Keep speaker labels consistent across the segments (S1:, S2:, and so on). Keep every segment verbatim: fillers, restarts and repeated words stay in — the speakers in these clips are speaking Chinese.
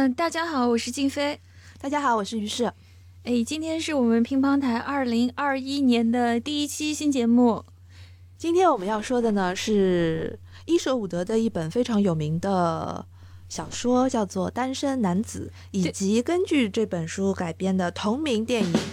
S1: 嗯、呃，大家好，我是静飞。
S2: 大家好，我是于适。
S1: 哎，今天是我们乒乓台二零二一年的第一期新节目。
S2: 今天我们要说的呢是伊舍伍德的一本非常有名的小说，叫做《单身男子》，以及根据这本书改编的同名电影。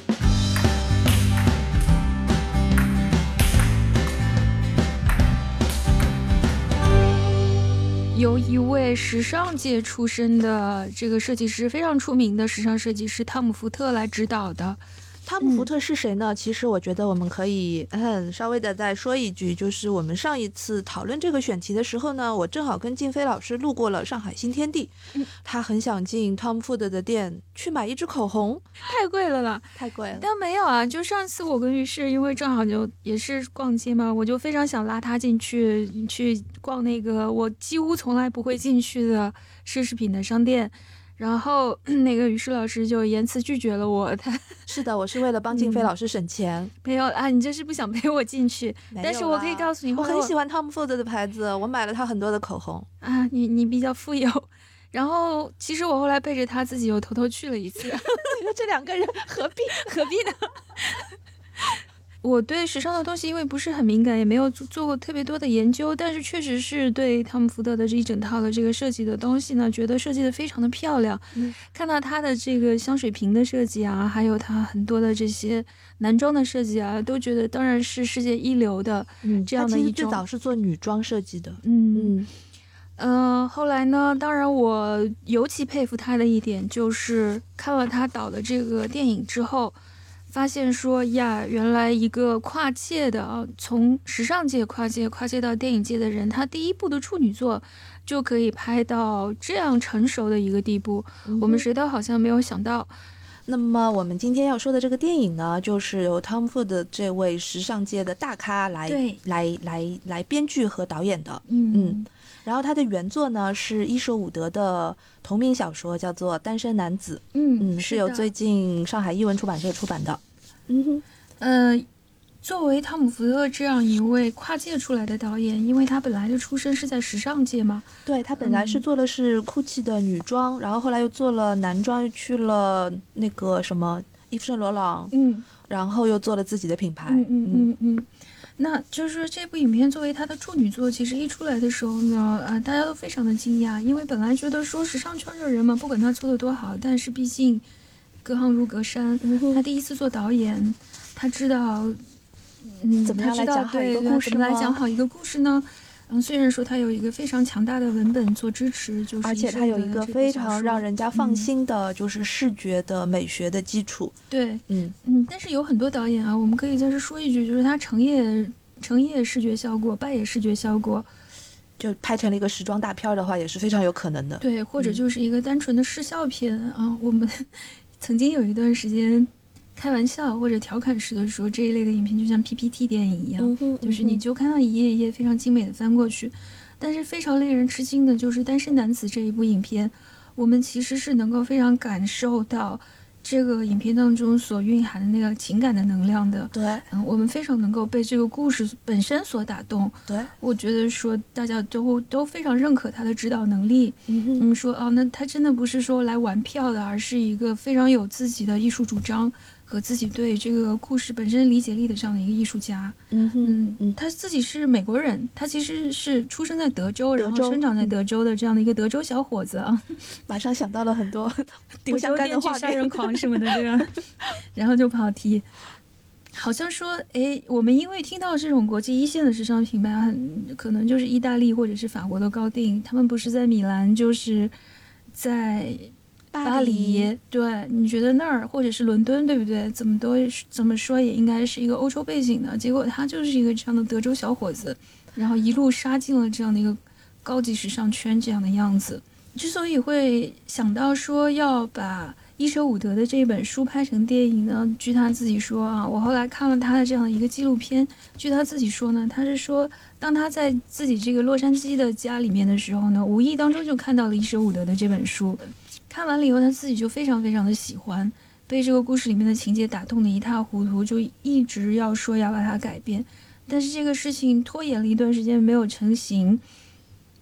S1: 由一位时尚界出身的这个设计师，非常出名的时尚设计师汤姆·福特来指导的。
S2: 汤姆·福特是谁呢？嗯、其实我觉得我们可以嗯稍微的再说一句，就是我们上一次讨论这个选题的时候呢，我正好跟静飞老师路过了上海新天地，嗯、他很想进汤姆·福特的店去买一支口红，
S1: 太贵了啦，
S2: 太贵了。
S1: 但没有啊，就上次我跟于适，因为正好就也是逛街嘛，我就非常想拉他进去去逛那个我几乎从来不会进去的奢侈品的商店。然后那个于适老师就严词拒绝了我。他
S2: 是的，我是为了帮静飞老师省钱。
S1: 嗯、没有啊，你就是不想陪我进去。但是我可以告诉你，
S2: 我很喜欢汤姆·福特的牌子，我买了他很多的口红
S1: 啊。你你比较富有。然后其实我后来背着他自己又偷偷去了一次。
S2: 你说这两个人何必
S1: 何必呢？我对时尚的东西因为不是很敏感，也没有做过特别多的研究，但是确实是对汤姆·福特的这一整套的这个设计的东西呢，觉得设计的非常的漂亮。嗯、看到他的这个香水瓶的设计啊，还有他很多的这些男装的设计啊，都觉得当然是世界一流的。嗯，这样的一种。他
S2: 其实最早是做女装设计的。
S1: 嗯嗯。呃，后来呢，当然我尤其佩服他的一点就是看了他导的这个电影之后，发现说呀，原来一个跨界的啊，从时尚界跨界跨界到电影界的人，他第一部的处女作就可以拍到这样成熟的一个地步，嗯、我们谁都好像没有想到。
S2: 那么我们今天要说的这个电影呢，就是由汤姆·福特这位时尚界的大咖来来来来编剧和导演的。嗯嗯。然后他的原作呢是伊舍伍德的同名小说，叫做《单身男子》。
S1: 嗯
S2: 嗯，是由最近上海译文出版社出版的。
S1: 嗯哼，呃，作为汤姆·福特这样一位跨界出来的导演，因为他本来的出身是在时尚界嘛，
S2: 对，他本来是做的是 GUCCI 的女装，嗯、然后后来又做了男装，又去了那个什么伊夫圣罗朗，
S1: 嗯，
S2: 然后又做了自己的品牌。
S1: 嗯嗯嗯嗯。那就是这部影片作为他的处女作，其实一出来的时候呢，呃，大家都非常的惊讶，因为本来觉得说时尚圈的人嘛，不管他做的多好，但是毕竟隔行如隔山，嗯、他第一次做导演，他知道，嗯，
S2: 怎么样来讲好一个故事
S1: 怎么来讲好一个故事呢？嗯，虽然说他有一个非常强大的文本做支持，就是
S2: 而且他有一个非常让人家放心的，就是视觉的美学的基础。
S1: 对，
S2: 嗯
S1: 嗯，但是有很多导演啊，我们可以在这说一句，就是他成也成也视觉效果，败也视觉效果，
S2: 就拍成了一个时装大片的话，也是非常有可能的。
S1: 对，或者就是一个单纯的视效片、嗯、啊。我们曾经有一段时间开玩笑或者调侃式的说，这一类的影片就像 P P T 电影一样，
S2: 嗯、
S1: 就是你就看到一页一页非常精美的翻过去。但是非常令人吃惊的就是《单身男子》这一部影片，我们其实是能够非常感受到这个影片当中所蕴含的那个情感的能量的。
S2: 对，
S1: 嗯，我们非常能够被这个故事本身所打动。
S2: 对，
S1: 我觉得说大家都都非常认可他的指导能力。
S2: 嗯
S1: 嗯，说哦，那他真的不是说来玩票的，而是一个非常有自己的艺术主张和自己对这个故事本身理解力的这样的一个艺术家。
S2: 嗯嗯
S1: 嗯，他自己是美国人，他其实是出生在德州，
S2: 德州
S1: 然后生长在德州的这样的一个德州小伙子啊。
S2: 马上想到了很多
S1: 德州电锯杀人狂什么的，对吧？然后就跑题。好像说，哎，我们因为听到这种国际一线的时尚品牌，很可能就是意大利或者是法国的高定，他们不是在米兰，就是在巴黎。
S2: 巴黎
S1: 对，你觉得那儿或者是伦敦，对不对？怎么都怎么说也应该是一个欧洲背景的，结果他就是一个这样的德州小伙子，然后一路杀进了这样的一个高级时尚圈这样的样子。之所以会想到说要把伊舍伍德的这本书拍成电影呢，据他自己说啊，我后来看了他的这样的一个纪录片，据他自己说呢，他是说当他在自己这个洛杉矶的家里面的时候呢，无意当中就看到了伊舍伍德的这本书，看完了以后他自己就非常非常的喜欢，被这个故事里面的情节打动的一塌糊涂，就一直要说要把它改编，但是这个事情拖延了一段时间没有成型。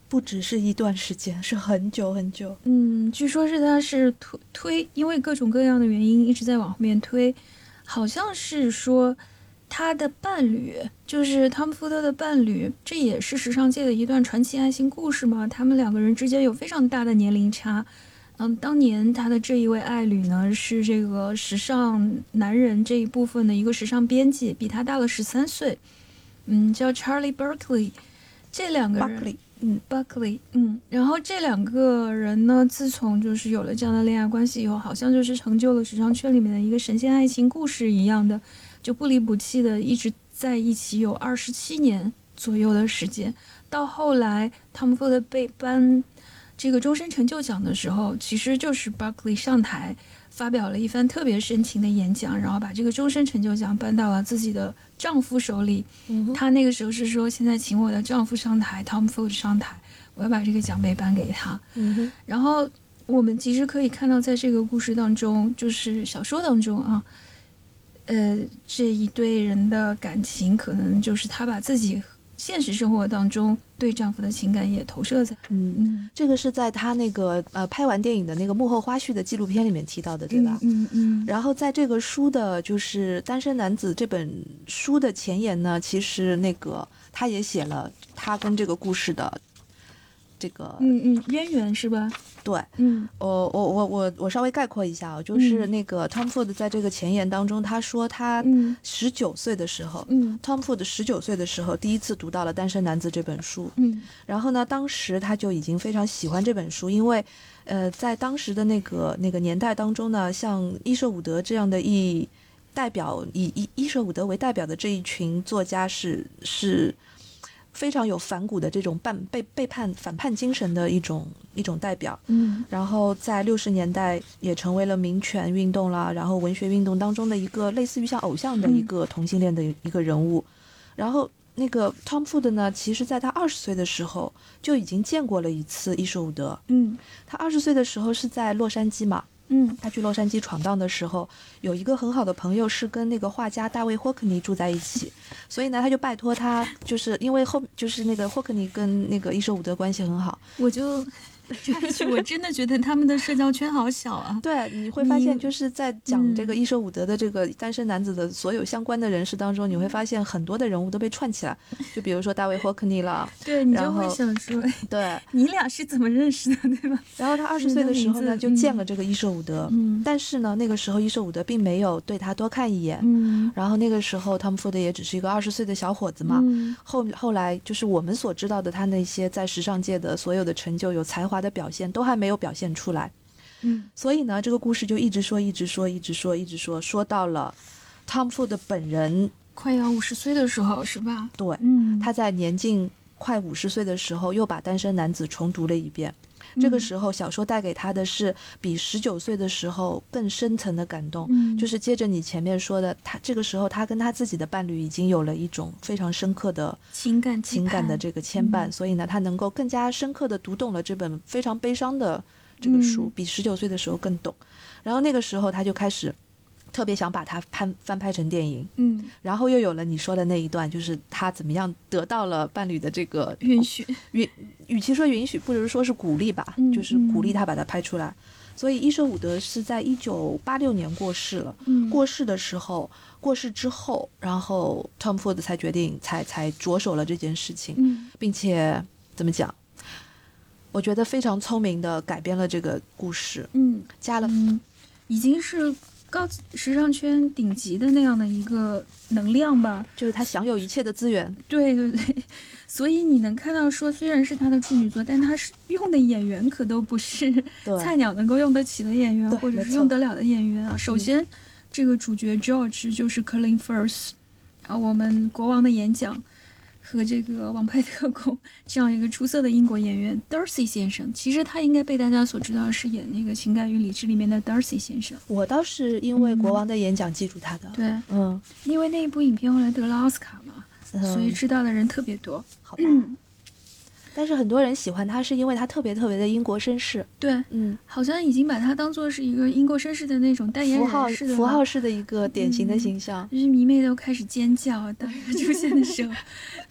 S2: 不只是一段时间，是很久很久。
S1: 嗯，据说是他是推推，因为各种各样的原因一直在往后面推，好像是说他的伴侣就是汤姆·福德的伴侣，这也是时尚界的一段传奇爱情故事嘛。他们两个人之间有非常大的年龄差。嗯，当年他的这一位爱侣呢，是这个时尚男人这一部分的一个时尚编辑，比他大了十三岁。嗯，叫 Charlie Berkeley。这两个人。嗯 ，Buckley， 嗯，然后这两个人呢，自从就是有了这样的恋爱关系以后，好像就是成就了时尚圈里面的一个神仙爱情故事一样的，就不离不弃的一直在一起有二十七年左右的时间。到后来，汤姆·福德被颁这个终身成就奖的时候，其实就是 Buckley 上台发表了一番特别深情的演讲，然后把这个终身成就奖颁到了自己的丈夫手里。嗯，她那个时候是说，现在请我的丈夫上台 Tom Ford 上台，我要把这个奖杯颁给他。嗯，然后我们其实可以看到在这个故事当中，就是小说当中啊，呃，这一对人的感情可能就是她把自己现实生活当中对丈夫的情感也投射在。
S2: 嗯嗯，这个是在他那个呃拍完电影的那个幕后花絮的纪录片里面提到的，对吧？
S1: 嗯 嗯, 嗯。
S2: 然后在这个书的就是《单身男子》这本书的前言呢，其实那个他也写了他跟这个故事的这个
S1: 嗯嗯渊源是吧？
S2: 对，
S1: 嗯，
S2: 我我我我我稍微概括一下啊，就是那个 Tom Ford 在这个前言当中，他说他十九岁的时候，嗯 ，Tom Ford 十九岁的时候第一次读到了《单身男子》这本书，嗯，然后呢，当时他就已经非常喜欢这本书，因为，呃，在当时的那个那个年代当中呢，像伊舍伍德这样的一代表以以伊舍伍德为代表的这一群作家是是。非常有反骨的这种叛背背叛反叛精神的一种一种代表，嗯，然后在六十年代也成为了民权运动啦，然后文学运动当中的一个类似于像偶像的一个同性恋的一个人物，嗯，然后那个 Tom Ford 呢，其实在他二十岁的时候就已经见过了一次伊舍伍德，嗯，他二十岁的时候是在洛杉矶嘛。嗯，他去洛杉矶闯荡的时候，有一个很好的朋友是跟那个画家大卫霍克尼住在一起，所以呢，他就拜托他，就是因为后就是那个霍克尼跟那个伊舍伍德关系很好，
S1: 我就我真的觉得他们的社交圈好小啊。
S2: 对，你会发现就是在讲这个伊舍伍德的这个单身男子的所有相关的人士当中，嗯，你会发现很多的人物都被串起来，就比如说大卫霍克尼了，
S1: 对，你就会想说，
S2: 对，
S1: 你俩是怎么认识的，对吧？
S2: 然后他二十岁的时候呢，就见了这个伊舍伍德，嗯，但是呢，那个时候伊舍伍德并没有对他多看一眼，嗯，然后那个时候汤姆·福德也只是一个二十岁的小伙子嘛，嗯，后后来就是我们所知道的他那些在时尚界的所有的成就、有才华的表现都还没有表现出来，嗯，所以呢，这个故事就一直说，一直说，一直说，一直说，说到了汤姆·福德本人
S1: 快要五十岁的时候，是吧？
S2: 对，嗯，他在年近快五十岁的时候，又把《单身男子》重读了一遍。这个时候，小说带给他的是比十九岁的时候更深层的感动，嗯，就是接着你前面说的，他这个时候他跟他自己的伴侣已经有了一种非常深刻的
S1: 情感
S2: 情感的这个牵绊，嗯，所以呢，他能够更加深刻的读懂了这本非常悲伤的这个书，嗯，比十九岁的时候更懂。然后那个时候他就开始特别想把它翻翻拍成电影，嗯，然后又有了你说的那一段，就是他怎么样得到了伴侣的这个
S1: 允许，
S2: 允，与其说允许，不如说是鼓励吧，嗯，就是鼓励他把它拍出来。所以伊舍伍德是在一九八六年过世了，嗯，过世的时候，过世之后，然后 Tom Ford 才决定，才才着手了这件事情，嗯，并且怎么讲？我觉得非常聪明的改编了这个故事，嗯，加了，
S1: 嗯，已经是高时尚圈顶级的那样的一个能量吧，
S2: 就是他享有一切的资源。
S1: 对对对，所以你能看到说，虽然是他的处女作，但他是用的演员可都不是菜鸟能够用得起的演员，或者是用得了的演员啊。首先，这个主角 George 就是 Colin Firth， 啊，我们国王的演讲和这个王牌特工这样一个出色的英国演员 Darcy 先生，其实他应该被大家所知道是演那个《情感与理智》里面的 Darcy 先生。
S2: 我倒是因为国王的演讲记住他的，
S1: 嗯，对，嗯，因为那一部影片后来得了奥斯卡嘛，嗯，所以知道的人特别多。
S2: 好吧，嗯，但是很多人喜欢他是因为他特别特别的英国绅士，
S1: 对，嗯，好像已经把他当作是一个英国绅士的那种代言人似的
S2: 符号式的一个典型的形象，
S1: 嗯，就是迷妹都开始尖叫当他出现的时候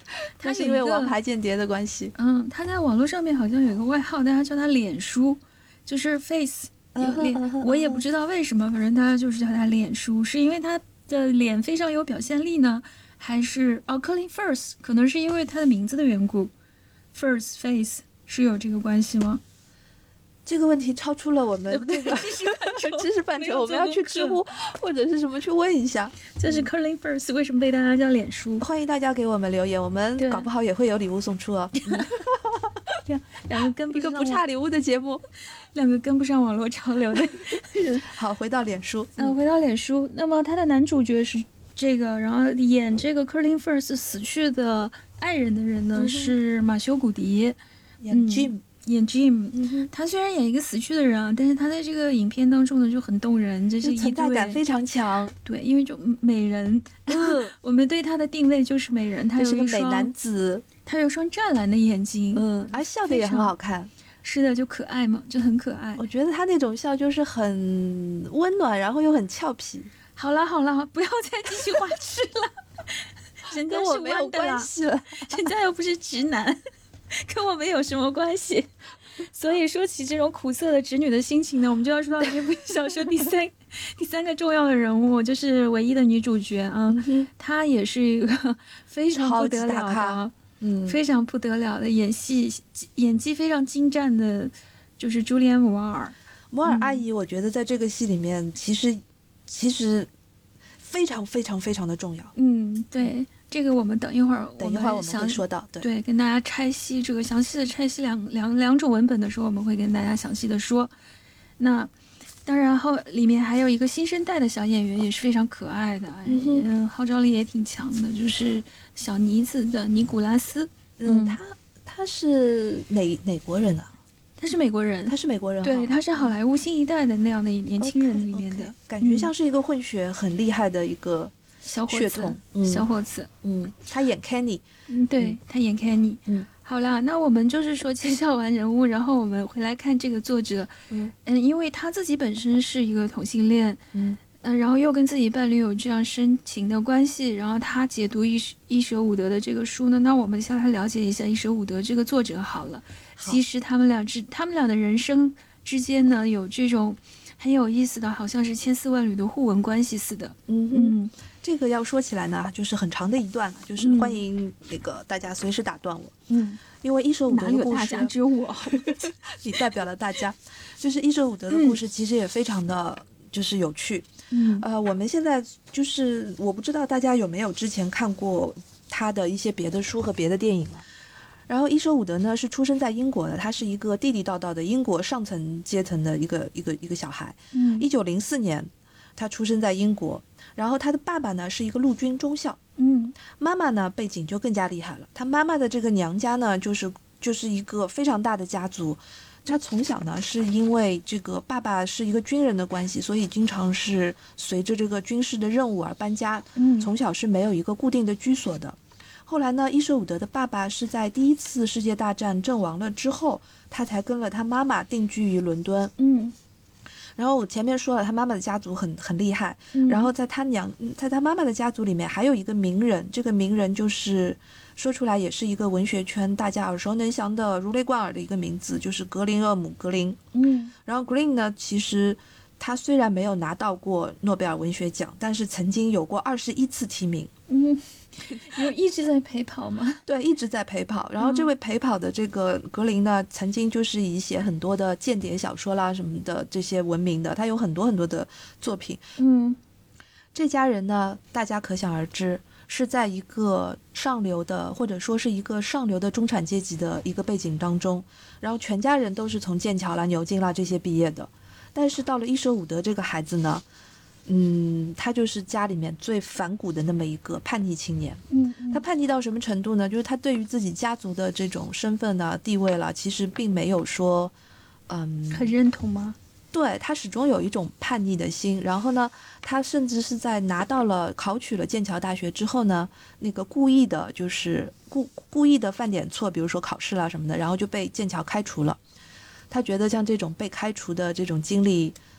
S2: 他是因为王牌间谍的关系。
S1: 嗯，他在网络上面好像有一个外号，大家叫他脸书，就是 face 有脸，我也不知道为什么，反正大家就是叫他脸书，是因为他的脸非常有表现力呢，还是哦 Colin Firth 可能是因为他的名字的缘故 ，Firth face 是有这个关系吗？
S2: 这个问题超出了我们这个知识范畴，我们要去知乎或者是什么去问一下。
S1: 就是 Colin Firth 为什么被大家叫脸书？
S2: 欢迎大家给我们留言，我们搞不好也会有礼物送出哦。
S1: 两个跟不上
S2: 一个不差礼物的节目，
S1: 两个跟不上网络潮流的人。
S2: 好，回到脸书，
S1: 嗯、呃，回到脸书。那么他的男主角是这个，然后演这个 Colin Firth 死去的爱人的人呢、嗯、是马修·古迪，
S2: 演 Jim。嗯
S1: 演 Jim、
S2: 嗯、
S1: 他虽然演一个死去的人啊，但是他在这个影片当中呢就很动人，这是一
S2: 存在感非常强。
S1: 对，因为就美人，嗯、我们对他的定位就是美人，他有一双
S2: 是个美男子，
S1: 他有双湛蓝的眼睛，
S2: 嗯，而笑的也很好看。
S1: 是的，就可爱嘛，就很可爱。
S2: 我觉得他那种笑就是很温暖，然后又很俏皮。
S1: 好了好了，不要再继续花痴了，人家是
S2: 我没有关系了，
S1: 人家又不是直男。跟我们有什么关系？所以说起这种苦涩的直女的心情呢，我们就要说到这部小说第三第三个重要的人物，就是唯一的女主角啊，嗯、她也是一个非常不得了的，嗯，非常不得了的演戏演技非常精湛的，就是朱莉安·摩尔。
S2: 摩尔阿姨，我觉得在这个戏里面，其实、嗯、其实非常非常非常的重要。
S1: 嗯，对。这个我们等一会儿，
S2: 等一会儿我们会说到，对
S1: 对，跟大家拆析这个详细的拆析两两两种文本的时候，我们会跟大家详细的说。那当然后里面还有一个新生代的小演员也是非常可爱的，嗯, 嗯号召力也挺强的，就是小妮子的尼古拉斯。
S2: 嗯，他他是哪哪国人啊？
S1: 他是美国人，
S2: 他是美国人，
S1: 对，他是好莱坞新一代的那样的年轻人里面的，
S2: okay, okay, 感觉像是一个混血很厉害的一个。
S1: 小伙子，嗯、小伙子，
S2: 嗯，他演 Kenny，
S1: 嗯，对、嗯、他演 Kenny， 嗯，好啦，那我们就是说介绍完人物，然后我们回来看这个作者，嗯嗯，因为他自己本身是一个同性恋，嗯嗯、呃，然后又跟自己伴侣有这样深情的关系，然后他解读伊伊舍伍德的这个书呢，那我们先来了解一下伊舍伍德这个作者好了。好，其实他们俩之他们俩的人生之间呢，有这种很有意思的，好像是千丝万缕的互文关系似的，
S2: 嗯嗯。这个要说起来呢，就是很长的一段了，就是欢迎那个大家随时打断我，嗯，因为伊舍伍德的故事，
S1: 哪有大家只有我，
S2: 你代表了大家，就是伊舍伍德的故事其实也非常的就是有趣，嗯，呃，我们现在就是我不知道大家有没有之前看过他的一些别的书和别的电影了。然后伊舍伍德呢是出生在英国的，他是一个地地道道的英国上层阶层的一个一个一个小孩，嗯，一九零四年他出生在英国。然后他的爸爸呢是一个陆军中校，嗯，妈妈呢背景就更加厉害了。他妈妈的这个娘家呢，就是就是一个非常大的家族。他从小呢是因为这个爸爸是一个军人的关系，所以经常是随着这个军事的任务而搬家，嗯，从小是没有一个固定的居所的。后来呢，伊舍伍德的爸爸是在第一次世界大战阵亡了之后，他才跟了他妈妈定居于伦敦，嗯。然后我前面说了，他妈妈的家族很很厉害，嗯、然后在他娘在他妈妈的家族里面还有一个名人，这个名人就是说出来也是一个文学圈大家耳熟能详的如雷贯耳的一个名字，就是格林厄姆格林。嗯，然后 Green 呢，其实他虽然没有拿到过诺贝尔文学奖，但是曾经有过二十一次提名。嗯。
S1: 有一直在陪跑吗？
S2: 对，一直在陪跑。然后这位陪跑的这个格林呢，曾经就是以写很多的间谍小说啦什么的这些闻名的，他有很多很多的作品。嗯，这家人呢，大家可想而知，是在一个上流的或者说是一个上流的中产阶级的一个背景当中，然后全家人都是从剑桥啦、牛津啦这些毕业的。但是到了伊舍伍德这个孩子呢，嗯，他就是家里面最反骨的那么一个叛逆青年。嗯，他叛逆到什么程度呢？就是他对于自己家族的这种身份啊、地位了，其实并没有说，嗯，
S1: 很认同吗？
S2: 对，他始终有一种叛逆的心。然后呢，他甚至是在拿到了考取了剑桥大学之后呢，那个故意的，就是故故意的犯点错，比如说考试啦什么的，然后就被剑桥开除了。他觉得像这种被开除的这种经历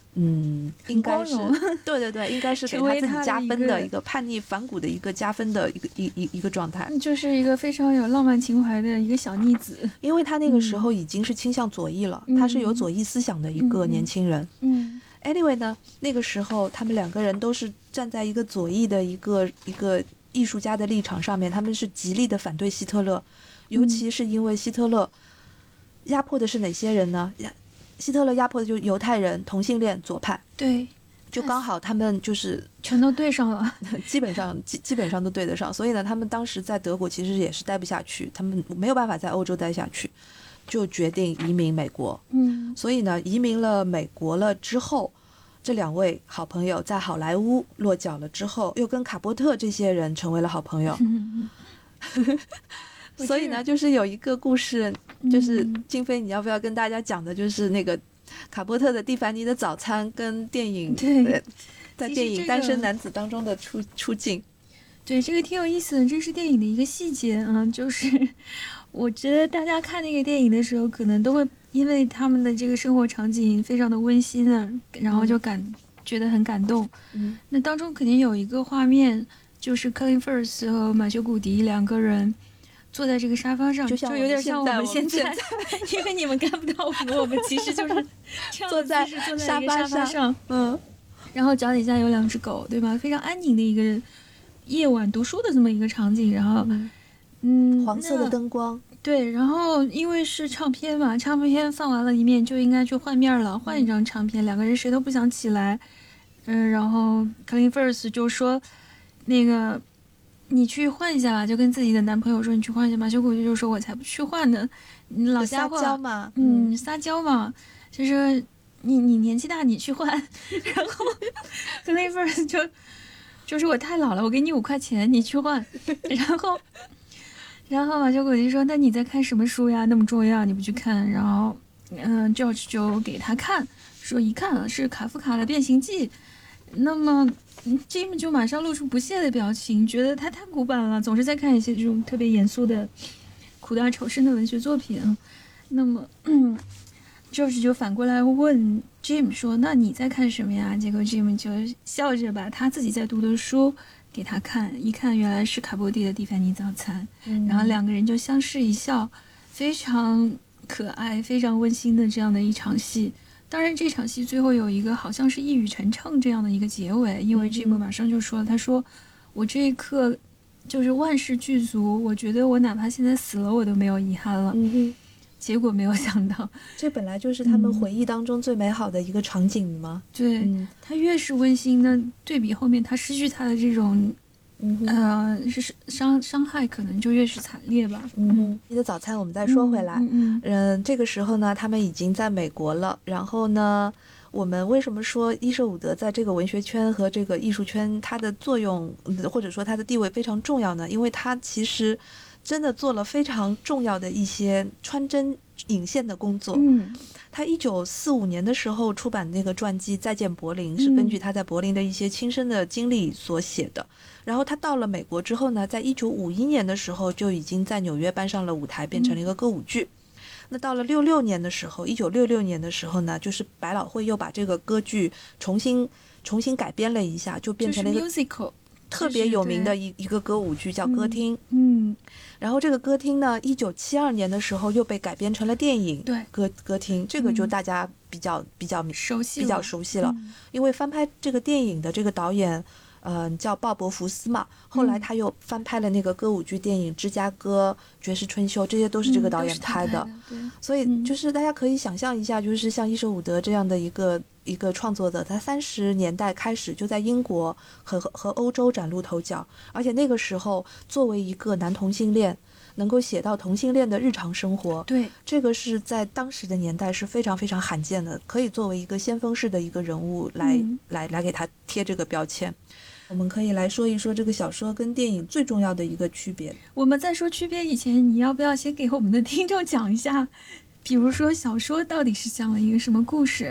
S2: 嗯，应该是对对对，应该是给他自己加分的一个叛逆反骨的一个加分的一个一一一个状态，
S1: 就是一个非常有浪漫情怀的一个小逆子。
S2: 因为他那个时候已经是倾向左翼了，嗯、他是有左翼思想的一个年轻人。
S1: 嗯,
S2: 嗯 ，anyway 呢，那个时候他们两个人都是站在一个左翼的一个一个艺术家的立场上面，他们是极力的反对希特勒，尤其是因为希特勒压迫的是哪些人呢？希特勒压迫的就是犹太人、同性恋、左派，
S1: 对，
S2: 就刚好他们就是
S1: 全都对上了，
S2: 基本上基基本上都对得上。所以呢，他们当时在德国其实也是待不下去，他们没有办法在欧洲待下去，就决定移民美国。
S1: 嗯，
S2: 所以呢，移民了美国了之后，这两位好朋友在好莱坞落脚了之后，又跟卡波特这些人成为了好朋友。
S1: 嗯
S2: 所以呢，就是有一个故事，就是静飞，你要不要跟大家讲的，就是那个卡波特的《蒂凡尼的早餐》跟电影
S1: 对，
S2: 在电影《单身男子》当中的出出镜。
S1: 对，这个挺有意思的，这是电影的一个细节啊，就是我觉得大家看那个电影的时候，可能都会因为他们的这个生活场景非常的温馨啊，然后就感、嗯、觉得很感动。
S2: 嗯，
S1: 那当中肯定有一个画面，就是科林·费尔斯和马修·古迪两个人坐在这个沙发上，
S2: 就像
S1: 有点像我们现在，
S2: 现在
S1: 因为你们看不到我们，我们其实就是这样
S2: 坐在
S1: 坐在
S2: 沙发
S1: 上，
S2: 上嗯，
S1: 然后脚底下有两只狗，对吧？非常安宁的一个夜晚读书的这么一个场景，然后，嗯，
S2: 黄色的灯光，
S1: 对，然后因为是唱片嘛，唱片放完了一面就应该去换面了，换一张唱片，两个人谁都不想起来，嗯，然后克林·费尔斯就说，那个。你去换一下吧，就跟自己的男朋友说你去换一下。马修·古迪就说我才不去换呢，你老家伙
S2: 撒娇嘛，
S1: 嗯，撒娇嘛，就是你你年纪大你去换，然后克林·费尔斯就就说我太老了，我给你五块钱你去换，然后然后马修·古迪说那你在看什么书呀？那么重要你不去看？然后嗯 ，George 就给他看，说一看是卡夫卡的《变形记》，那么。Jim 就马上露出不屑的表情，觉得他太古板了，总是在看一些这种特别严肃的苦大仇深的文学作品。那么，嗯，George 就反过来问 Jim 说：“那你在看什么呀？”结果 Jim 就笑着把他自己在读的书给他看，一看原来是卡波蒂的《蒂凡尼早餐》，
S2: 嗯，
S1: 然后两个人就相视一笑，非常可爱、非常温馨的这样的一场戏。当然这场戏最后有一个好像是一语成谶这样的一个结尾，因为 Jim 马上就说了，他说我这一刻就是万事俱足，我觉得我哪怕现在死了我都没有遗憾了。
S2: 嗯，
S1: 结果没有想到
S2: 这本来就是他们回忆当中最美好的一个场景吗？
S1: 对、嗯、他越是温馨的对比后面他失去他的这种
S2: 嗯，
S1: 呃，是伤伤害可能就越是惨烈吧。
S2: 嗯，你的早餐我们再说回来，
S1: 嗯嗯，
S2: 嗯，这个时候呢，他们已经在美国了。然后呢，我们为什么说伊舍伍德在这个文学圈和这个艺术圈它的作用，或者说它的地位非常重要呢？因为他其实真的做了非常重要的一些穿针引线的工作。
S1: 嗯，
S2: 他一九四五年的时候出版那个传记《再见柏林》，是根据他在柏林的一些亲身的经历所写的。然后他到了美国之后呢，在一九五一年的时候就已经在纽约搬上了舞台，变成了一个歌舞剧。嗯、那到了六六年的时候，一九六六年的时候呢，就是百老汇又把这个歌剧重新重新改编了一下，就变成了一个
S1: musical。
S2: 特别有名的一一个歌舞剧叫歌厅。
S1: 嗯，
S2: 然后这个歌厅呢，一九七二年的时候又被改编成了电影。
S1: 对，
S2: 歌歌厅这个就大家比较、嗯、比较
S1: 熟悉
S2: 比较熟悉了、嗯，因为翻拍这个电影的这个导演。呃，叫鲍勃·福斯嘛，后来他又翻拍了那个歌舞剧电影《芝加哥爵士春秋》，这些都是这个导演拍的。
S1: 嗯、的
S2: 所以就是大家可以想象一下，就是像伊舍伍德这样的一个一个创作者，他三十年代开始就在英国和和欧洲崭露头角，而且那个时候作为一个男同性恋，能够写到同性恋的日常生活，
S1: 对，
S2: 这个是在当时的年代是非常非常罕见的，可以作为一个先锋式的一个人物来、嗯、来来给他贴这个标签。我们可以来说一说这个小说跟电影最重要的一个区别。
S1: 我们在说区别以前，你要不要先给我们的听众讲一下，比如说小说到底是讲了一个什么故事，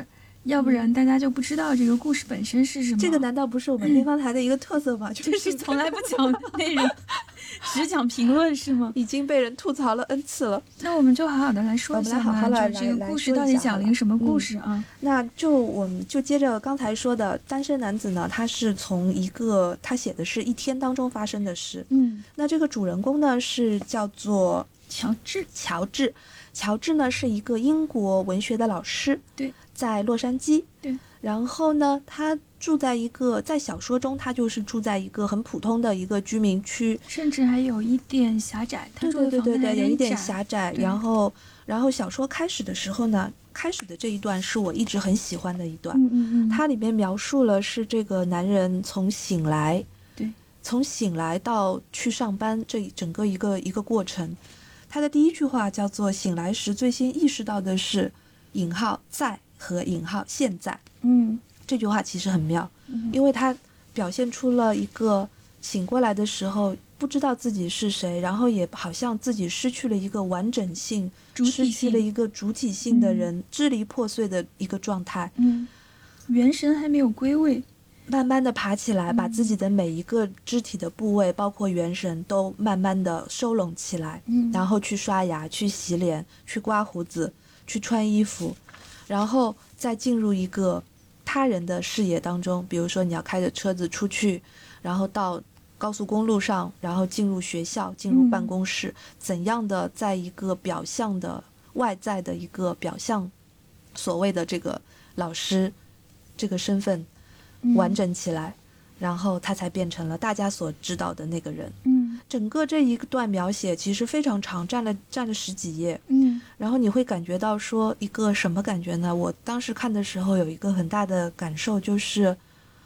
S1: 要不然大家就不知道这个故事本身是什么。
S2: 这个难道不是我们天方台的一个特色吗？
S1: 嗯、就是从来不讲内容，只讲评论是吗？
S2: 已经被人吐槽了 N 次了。
S1: 那我们就好好的来说一下吧，
S2: 我们来好好来
S1: 就这个故事到底讲了一个什么故事啊？
S2: 嗯、那就我们就接着刚才说的，单身男子呢，他是从一个他写的是一天当中发生的事。
S1: 嗯，
S2: 那这个主人公呢是叫做
S1: 乔治，
S2: 乔治。乔治呢是一个英国文学的老师，
S1: 对，
S2: 在洛杉矶，
S1: 对。
S2: 然后呢，他住在一个在小说中，他就是住在一个很普通的一个居民区，
S1: 甚至还有一点狭窄。他住的房子
S2: 对对对对，有一点狭
S1: 窄。
S2: 然后，然后小说开始的时候呢，开始的这一段是我一直很喜欢的一段。
S1: 嗯嗯嗯。
S2: 它里面描述了是这个男人从醒来，
S1: 对，
S2: 从醒来到去上班这整个一个一个过程。他的第一句话叫做醒来时最先意识到的是引号在和引号现在。
S1: 嗯，
S2: 这句话其实很妙，
S1: 嗯、
S2: 因为他表现出了一个醒过来的时候不知道自己是谁，然后也好像自己失去了一个完整性，失去了一个主体性的人、嗯、支离破碎的一个状态。
S1: 嗯，元神还没有归位，
S2: 慢慢的爬起来，
S1: 嗯、
S2: 把自己的每一个肢体的部位包括元神都慢慢的收拢起来、
S1: 嗯、
S2: 然后去刷牙，去洗脸，去刮胡子，去穿衣服，然后再进入一个他人的视野当中，比如说你要开着车子出去，然后到高速公路上，然后进入学校，进入办公室、嗯、怎样的在一个表象的外在的一个表象所谓的这个老师这个身份完整起来、嗯、然后他才变成了大家所知道的那个人。
S1: 嗯，
S2: 整个这一段描写其实非常长，占了占了十几页。
S1: 嗯，
S2: 然后你会感觉到说一个什么感觉呢？我当时看的时候有一个很大的感受，就是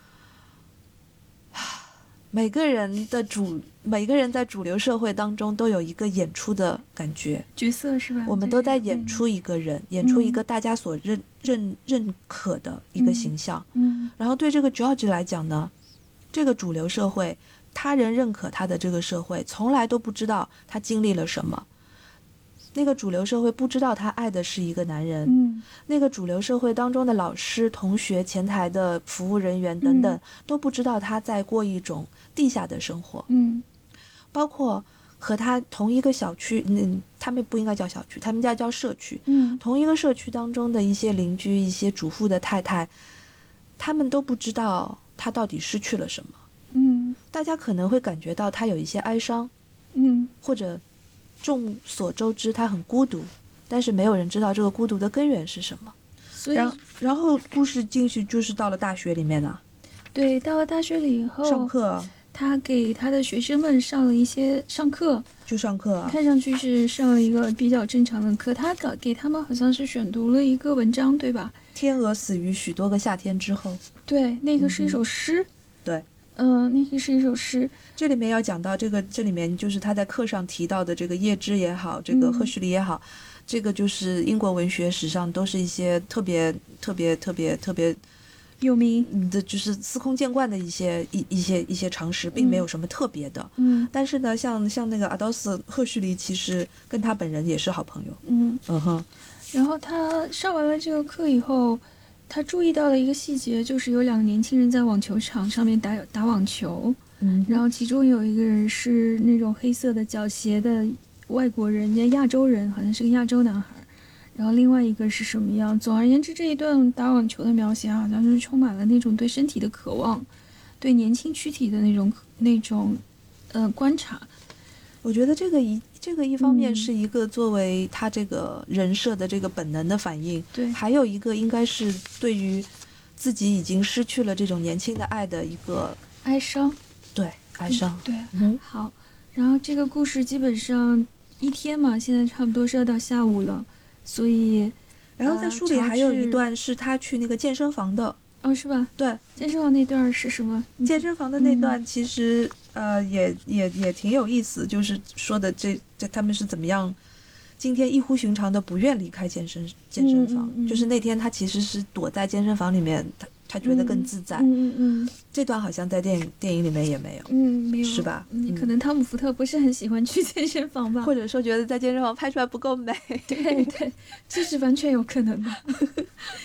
S2: 每个人的主每个人在主流社会当中都有一个演出的感觉，
S1: 角色是吧？
S2: 我们都在演出一个人、嗯、演出一个大家所认、嗯、认认可的一个形象。
S1: 嗯，
S2: 然后对这个 George 来讲呢，这个主流社会，他人认可他的这个社会，从来都不知道他经历了什么。那个主流社会不知道他爱的是一个男人、
S1: 嗯、
S2: 那个主流社会当中的老师、同学、前台的服务人员等等、嗯、都不知道他在过一种地下的生活。
S1: 嗯，
S2: 包括和他同一个小区，嗯，他们不应该叫小区，他们家叫社区。
S1: 嗯，
S2: 同一个社区当中的一些邻居、一些主妇的太太，他们都不知道他到底失去了什么。
S1: 嗯，
S2: 大家可能会感觉到他有一些哀伤，
S1: 嗯，
S2: 或者众所周知他很孤独，但是没有人知道这个孤独的根源是什么。
S1: 所以
S2: 然后然后故事进去就是到了大学里面了。
S1: 对，到了大学里以后
S2: 上课，
S1: 他给他的学生们上了一些上课，
S2: 就上课、啊，
S1: 看上去是上了一个比较正常的课。他给给他们好像是选读了一个文章，对吧？
S2: 天鹅死于许多个夏天之后。
S1: 对，那个是一首诗。
S2: 嗯、对。
S1: 嗯，那个是一首诗。
S2: 这里面要讲到这个，这里面就是他在课上提到的这个叶芝也好，这个赫胥黎也好、嗯，这个就是英国文学史上都是一些特别特别特别特别
S1: 有名
S2: 的，就是司空见惯的一些一一些一些常识，并没有什么特别的。
S1: 嗯，
S2: 但是呢，像像那个阿道斯赫胥黎，其实跟他本人也是好朋友。
S1: 嗯
S2: 嗯哼。
S1: 然后他上完了这个课以后，他注意到了一个细节，就是有两个年轻人在网球场上面打打网球，
S2: 嗯，
S1: 然后其中有一个人是那种黑色的脚鞋的外国人，人家亚洲人，好像是个亚洲男孩，然后另外一个是什么样？总而言之，这一段打网球的描写好像是充满了那种对身体的渴望，对年轻躯体的那种那种呃观察。
S2: 我觉得这个一这个一方面是一个作为他这个人设的这个本能的反应，
S1: 对、嗯，
S2: 还有一个应该是对于自己已经失去了这种年轻的爱的一个
S1: 哀伤，
S2: 对，哀伤，
S1: 对，
S2: 嗯，
S1: 好。然后这个故事基本上一天嘛，现在差不多是要到下午了，所以，
S2: 然后在书里还有一段是他去那个健身房的。
S1: 哦，是吧？
S2: 对，
S1: 健身房那段是什么？
S2: 健身房的那段其实、嗯、呃也也也挺有意思，就是说的这这他们是怎么样，今天异乎寻常的不愿离开健身健身房、
S1: 嗯嗯嗯，
S2: 就是那天他其实是躲在健身房里面，他他觉得更自在。
S1: 嗯嗯嗯，
S2: 这段好像在电影电影里面也没有，
S1: 嗯，没有，
S2: 是吧？
S1: 嗯，可能汤姆福特不是很喜欢去健身房吧，
S2: 或者说觉得在健身房拍出来不够美。
S1: 对对，这是完全有可能的。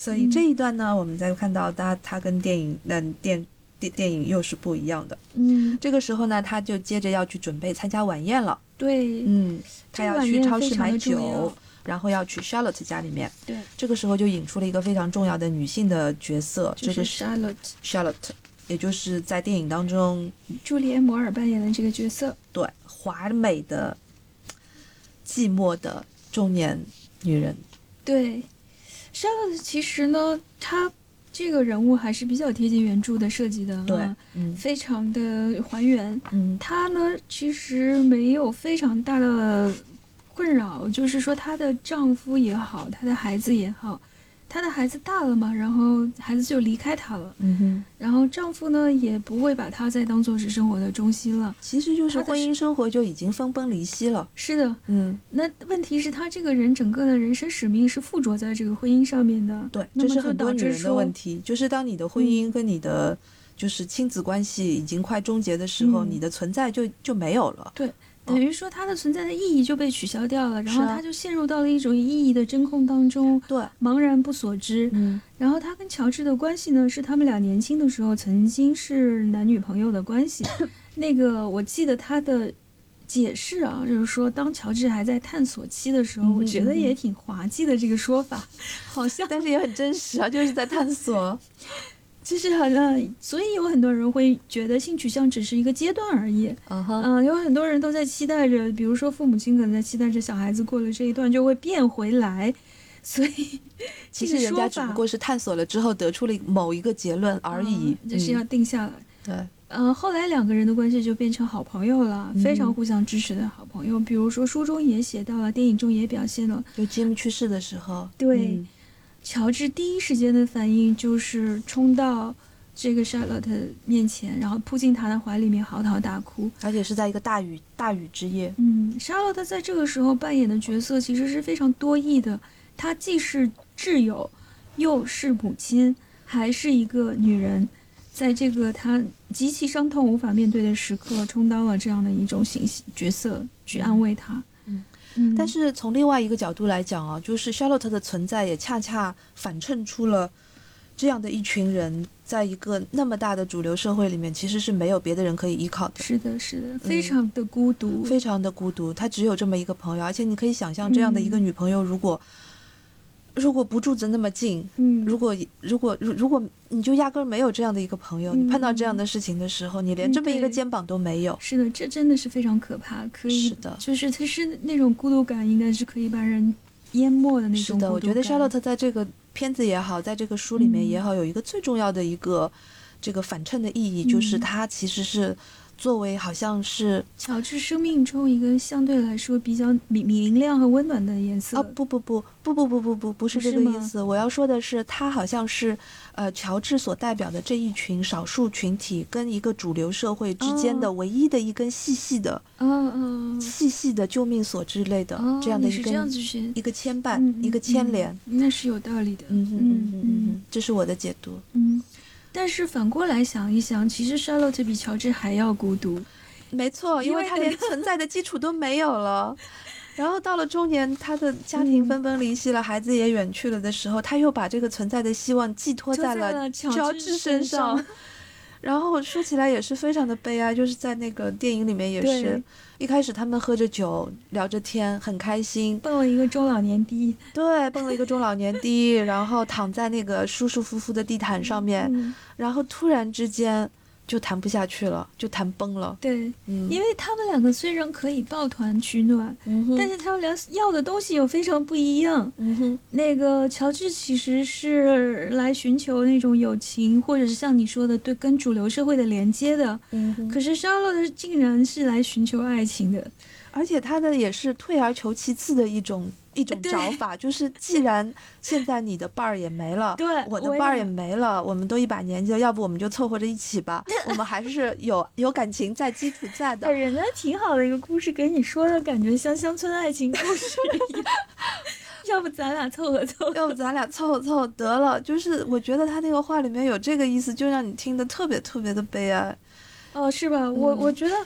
S2: 所以这一段呢，嗯、我们再看到他他跟电影嗯电电电影又是不一样的。
S1: 嗯，
S2: 这个时候呢，他就接着要去准备参加晚宴了。
S1: 对，
S2: 嗯，他要去超市买酒，然后要去 Charlotte 家里面。
S1: 对，
S2: 这个时候就引出了一个非常重要的女性的角色，
S1: 就是 Charlotte，
S2: Charlotte， 也就是在电影当中
S1: 朱莉安·摩尔扮演的这个角色。
S2: 对，华美的、寂寞的中年女人。
S1: 对 ，Charlotte 其实呢，她这个人物还是比较贴近原著的设计的，
S2: 对，
S1: 嗯，非常的还原。
S2: 嗯，
S1: 她呢其实没有非常大的困扰，就是说她的丈夫也好，她的孩子也好，她的孩子大了嘛，然后孩子就离开她了，
S2: 嗯哼，
S1: 然后丈夫呢也不会把她再当做是生活的中心了，
S2: 其实就是婚姻生活就已经分崩离析了。
S1: 是的，
S2: 嗯，
S1: 那问题是她这个人整个的人生使命是附着在这个婚姻上面的。
S2: 对，这是很多女人的问题，就是当你的婚姻跟你的、嗯、就是亲子关系已经快终结的时候，嗯、你的存在就就没有了。
S1: 对。等于说它的存在的意义就被取消掉了，然后他就陷入到了一种意义的真空当中，
S2: 对，
S1: 茫然不所知。
S2: 嗯，
S1: 然后他跟乔治的关系呢，是他们俩年轻的时候曾经是男女朋友的关系。那个我记得他的解释啊，就是说当乔治还在探索期的时候，嗯、我觉得也挺滑稽的这个说法，好像
S2: 但是也很真实啊，就是在探索。
S1: 就是好像，所以有很多人会觉得性取向只是一个阶段而已。
S2: 嗯哼，
S1: 嗯，有很多人都在期待着，比如说父母亲可能在期待着小孩子过了这一段就会变回来，所以
S2: 其实人家只不过是探索了之后得出了某一个结论而已，
S1: 嗯、就是要定下来。
S2: 对，
S1: 嗯，后来两个人的关系就变成好朋友了，嗯、非常互相支持的好朋友。比如说书中也写到了，电影中也表现了，
S2: 就 Jim 去世的时候，
S1: 对。
S2: 嗯
S1: 乔治第一时间的反应就是冲到这个 Charlotte 面前，然后扑进她的怀里面嚎啕大哭，
S2: 而且是在一个大雨大雨之夜。
S1: 嗯 Charlotte 在这个时候扮演的角色其实是非常多义的，她既是挚友，又是母亲，还是一个女人，在这个她极其伤痛无法面对的时刻，充当了这样的一种形角色去安慰她。
S2: 嗯，但是从另外一个角度来讲啊，就是 Charlotte 的存在也恰恰反衬出了这样的一群人，在一个那么大的主流社会里面，其实是没有别的人可以依靠的。
S1: 是的，是的，非常的孤独，
S2: 嗯、非常的孤独。他只有这么一个朋友，而且你可以想象，这样的一个女朋友，如果、嗯、如果不住着那么近，
S1: 嗯，
S2: 如果如果如果你就压根儿没有这样的一个朋友，嗯、你碰到这样的事情的时候，你连这么一个肩膀都没有。
S1: 是的，这真的是非常可怕，可以，
S2: 是的，
S1: 就是它是那种孤独感，应该是可以把人淹没的那种孤独感。
S2: 是的，我觉得 Charlotte 在这个片子也好，在这个书里面也好，有一个最重要的一个这个反衬的意义，嗯、就是它其实是作为好像是
S1: 乔治生命中一个相对来说比较明明亮和温暖的颜色
S2: 啊！不不不不不不不不不是这个意思，我要说的是，它好像是呃乔治所代表的这一群少数群体跟一个主流社会之间的唯一的一根细细的，
S1: 嗯嗯，
S2: 细细的救命索之类的、
S1: 哦、
S2: 这样的一根一个牵绊、嗯、一个牵连、
S1: 嗯，那是有道理的。
S2: 嗯嗯嗯嗯嗯，这是我的解读。
S1: 嗯，但是反过来想一想，其实 Charlotte 比乔治还要孤独。
S2: 没错，因为他连存在的基础都没有了。然后到了中年，他的家庭分崩离析了、嗯、孩子也远去了的时候，他又把这个存在的希望寄托在了乔治身上。然后说起来也是非常的悲哀，就是在那个电影里面也是，一开始他们喝着酒聊着天很开心，
S1: 蹦了一个中老年低，
S2: 对，蹦了一个中老年低，然后躺在那个舒舒服服的地毯上面、嗯、然后突然之间就谈不下去了，就谈崩了。
S1: 对、嗯，因为他们两个虽然可以抱团取暖、嗯、但是他们俩要的东西又非常不一样。
S2: 嗯哼，
S1: 那个乔治其实是来寻求那种友情，或者是像你说的对跟主流社会的连接的。
S2: 嗯哼，
S1: 可是莎洛特竟然是来寻求爱情的，
S2: 而且他的也是退而求其次的一种。一种找法，就是既然现在你的伴儿也没了，
S1: 对，
S2: 我的伴儿也没了，我们都一把年纪了，要不我们就凑合着一起吧。我们还是有有感情在基础在的。
S1: 人家挺好的一个故事，给你说的感觉像乡村爱情故事一样。要不咱俩凑合凑合，
S2: 要不咱俩凑合凑合得了。就是我觉得他那个话里面有这个意思，就让你听得特别特别的悲哀。
S1: 哦，是吧？
S2: 嗯、
S1: 我我觉得，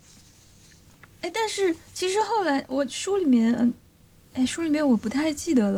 S1: 哎，但是其实后来我书里面。哎，书里面我不太记得了，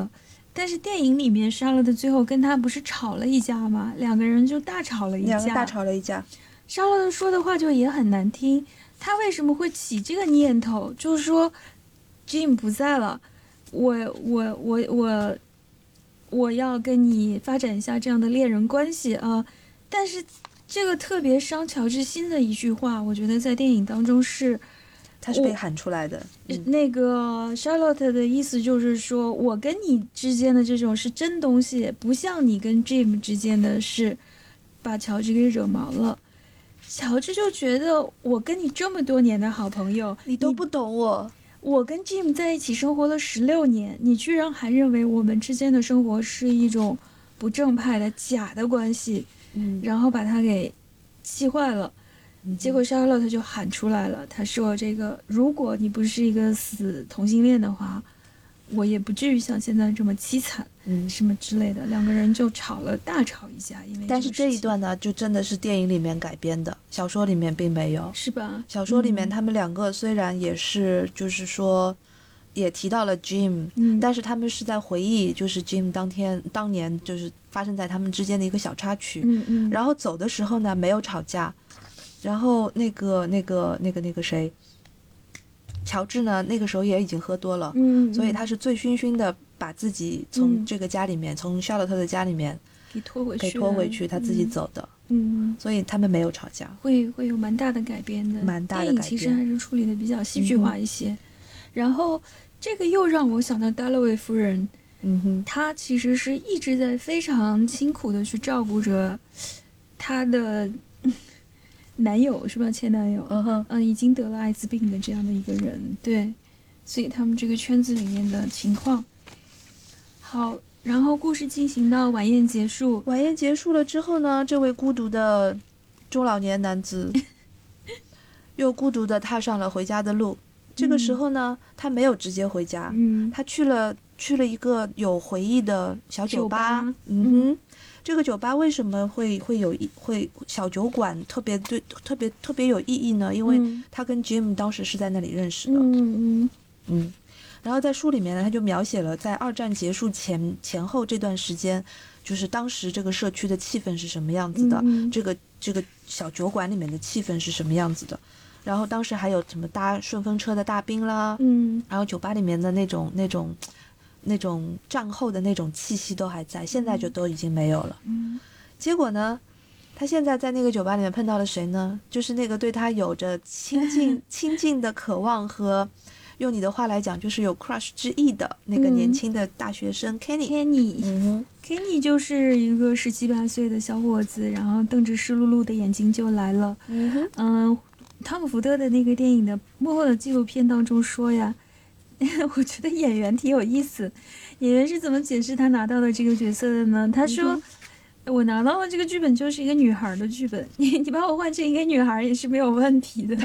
S1: 但是电影里面莎乐的最后跟他不是吵了一架吗？两个人就大吵了一架，
S2: 两个大吵了一架。
S1: 莎乐说的话就也很难听，他为什么会起这个念头？就是说 Jim 不在了，我我我我我要跟你发展一下这样的恋人关系啊！但是这个特别伤乔治心的一句话，我觉得在电影当中是。
S2: 他是被喊出来的。
S1: 嗯、那个 Charlotte 的意思就是说，我跟你之间的这种是真东西，不像你跟 Jim 之间的是把乔治给惹毛了。乔治就觉得，我跟你这么多年的好朋友，
S2: 你都不懂我。
S1: 我跟 Jim 在一起生活了十六年，你居然还认为我们之间的生活是一种不正派的假的关系，
S2: 嗯，
S1: 然后把他给气坏了。结果莎乐特就喊出来了，他说这个如果你不是一个死同性恋的话，我也不至于像现在这么凄惨，
S2: 嗯，
S1: 什么之类的。两个人就吵了，大吵一架。因为
S2: 但是这一段呢，就真的是电影里面改编的，小说里面并没有，
S1: 是吧？
S2: 小说里面他们两个虽然也是，就是说，也提到了 Jim，
S1: 嗯，
S2: 但是他们是在回忆，就是 Jim 当天当年就是发生在他们之间的一个小插曲。
S1: 嗯嗯。
S2: 然后走的时候呢，没有吵架。然后那个那个那个那个谁，乔治呢，那个时候也已经喝多了，
S1: 嗯，
S2: 所以他是醉醺醺的把自己从这个家里面，嗯、从夏洛特的家里面
S1: 给拖回去，
S2: 给拖回去，他自己走的。
S1: 嗯，
S2: 所以他们没有吵架，
S1: 会会有蛮大的改编的，
S2: 蛮大的改编。
S1: 电影其实还是处理的比较戏剧化一些。嗯、然后这个又让我想到达勒维夫人，
S2: 嗯哼，
S1: 她其实是一直在非常辛苦的去照顾着她的。男友是吧？前男友，
S2: 嗯哼，
S1: 嗯，已经得了艾滋病的这样的一个人，对，所以他们这个圈子里面的情况。好，然后故事进行到晚宴结束，
S2: 晚宴结束了之后呢，这位孤独的中老年男子又孤独地踏上了回家的路。这个时候呢，嗯、他没有直接回家，
S1: 嗯，
S2: 他去了去了一个有回忆的小酒吧，
S1: 酒吧
S2: 嗯哼。这个酒吧为什么会会有会小酒馆特别对特别特别有意义呢？因为他跟 Jim 当时是在那里认识的。
S1: 嗯嗯
S2: 嗯。然后在书里面呢，他就描写了在二战结束前前后这段时间，就是当时这个社区的气氛是什么样子的，
S1: 嗯、
S2: 这个这个小酒馆里面的气氛是什么样子的。然后当时还有什么搭顺风车的大兵啦，
S1: 嗯，
S2: 然后酒吧里面的那种那种。那种战后的那种气息都还在，现在就都已经没有了。
S1: 嗯，
S2: 结果呢，他现在在那个酒吧里面碰到了谁呢？就是那个对他有着亲近亲近的渴望和，用你的话来讲，就是有 crush 之意的那个年轻的大学生 Kenny。Kenny，
S1: 嗯哼 Kenny 就是一个十七八岁的小伙子，然后瞪着湿漉漉的眼睛就来了。
S2: 嗯哼，
S1: 嗯，汤姆福特的那个电影的幕后的纪录片当中说呀。我觉得演员挺有意思，演员是怎么解释他拿到的这个角色的呢？他说：“嗯、我拿到的这个剧本就是一个女孩的剧本，你你把我换成一个女孩也是没有问题的。”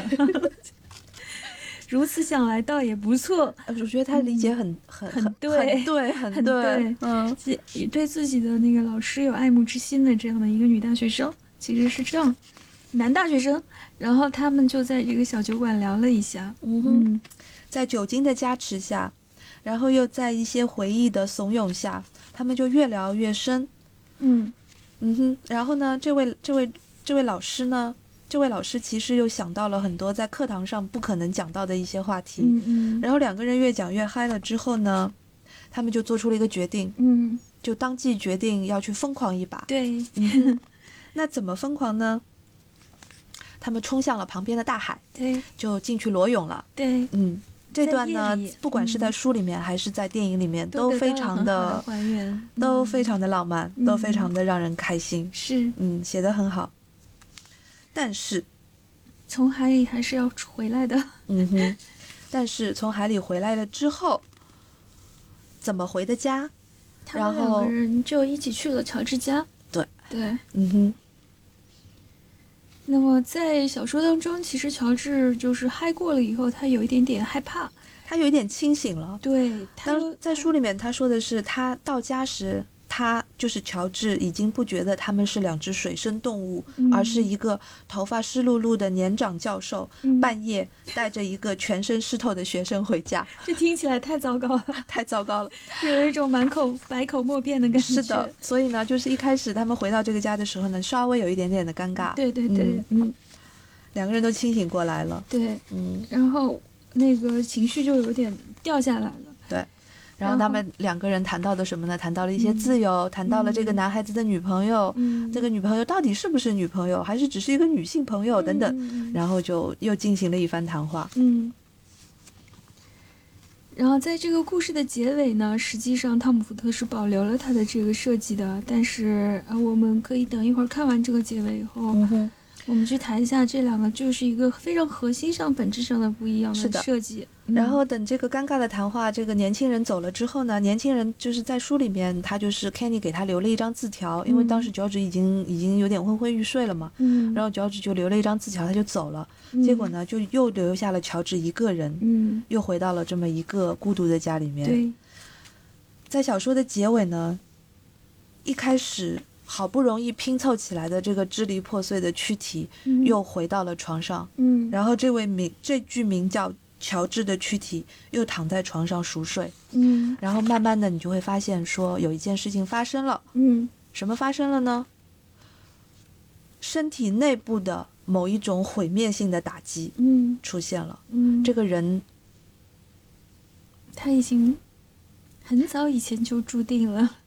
S1: 如此想来倒也不错。
S2: 我觉得他理解很、嗯、很
S1: 很对，
S2: 很对，很
S1: 对，
S2: 嗯，
S1: 也对自己的那个老师有爱慕之心的这样的一个女大学生，其实是这样，男大学生，然后他们就在这个小酒馆聊了一下，
S2: 嗯哼。嗯，在酒精的加持下，然后又在一些回忆的怂恿下，他们就越聊越深。
S1: 嗯
S2: 嗯哼，然后呢，这位这位这位老师呢，这位老师其实又想到了很多在课堂上不可能讲到的一些话题。
S1: 嗯嗯。
S2: 然后两个人越讲越嗨了之后呢，他们就做出了一个决定。
S1: 嗯。
S2: 就当即决定要去疯狂一把。
S1: 对。
S2: 嗯、那怎么疯狂呢？他们冲向了旁边的大海。
S1: 对。
S2: 就进去裸泳了。
S1: 对。
S2: 嗯。这段呢，不管是在书里面、嗯、还是在电影里面，都非常的
S1: 还原，
S2: 都非常的浪漫，
S1: 嗯、
S2: 都非常的让人开心。
S1: 是，
S2: 嗯，写得很好。但是，
S1: 从海里还是要回来的。
S2: 嗯哼。但是从海里回来了之后，怎么回的家？
S1: 他们两个人就一起去了乔治家。
S2: 对
S1: 对，
S2: 嗯哼。
S1: 那么在小说当中，其实乔治就是嗨过了以后，他有一点点害怕，
S2: 他有一点清醒了。
S1: 对，他
S2: 在书里面他说的是，他到家时，他就是乔治已经不觉得他们是两只水生动物、
S1: 嗯、
S2: 而是一个头发湿漉漉的年长教授、
S1: 嗯、
S2: 半夜带着一个全身湿透的学生回家。
S1: 这听起来太糟糕了，
S2: 太糟糕了，
S1: 有一种满口百口莫辩的感觉。
S2: 是的，所以呢就是一开始他们回到这个家的时候呢，稍微有一点点的尴尬。
S1: 对对对，嗯，嗯
S2: 两个人都清醒过来了。
S1: 对，
S2: 嗯，
S1: 然后那个情绪就有点掉下来了。
S2: 对，然后他们两个人谈到的什么呢？谈到了一些自由、嗯、谈到了这个男孩子的女朋友、嗯、这个女朋友到底是不是女朋友，还是只是一个女性朋友等等、嗯、然后就又进行了一番谈话。
S1: 嗯，然后在这个故事的结尾呢，实际上汤姆福特是保留了他的这个设计的，但是呃，我们可以等一会儿看完这个结尾以后、
S2: 嗯哼，
S1: 我们去谈一下这两个就是一个非常核心上本质上的不一样的设计。
S2: 然后等这个尴尬的谈话，这个年轻人走了之后呢，年轻人就是在书里面他就是 Kenny 给他留了一张字条，因为当时乔治已经已经有点昏昏欲睡了嘛，
S1: 嗯，
S2: 然后乔治就留了一张字条他就走了、嗯、结果呢就又留下了乔治一个人，
S1: 嗯，
S2: 又回到了这么一个孤独的家里面。
S1: 对，
S2: 在小说的结尾呢，一开始好不容易拼凑起来的这个支离破碎的躯体、嗯、又回到了床上，
S1: 嗯，
S2: 然后这位名这具名叫乔治的躯体又躺在床上熟睡，
S1: 嗯，
S2: 然后慢慢的你就会发现说有一件事情发生了，
S1: 嗯，
S2: 什么发生了呢？身体内部的某一种毁灭性的打击，
S1: 嗯，
S2: 出现了，
S1: 嗯，
S2: 这个人
S1: 他已经很早以前就注定了。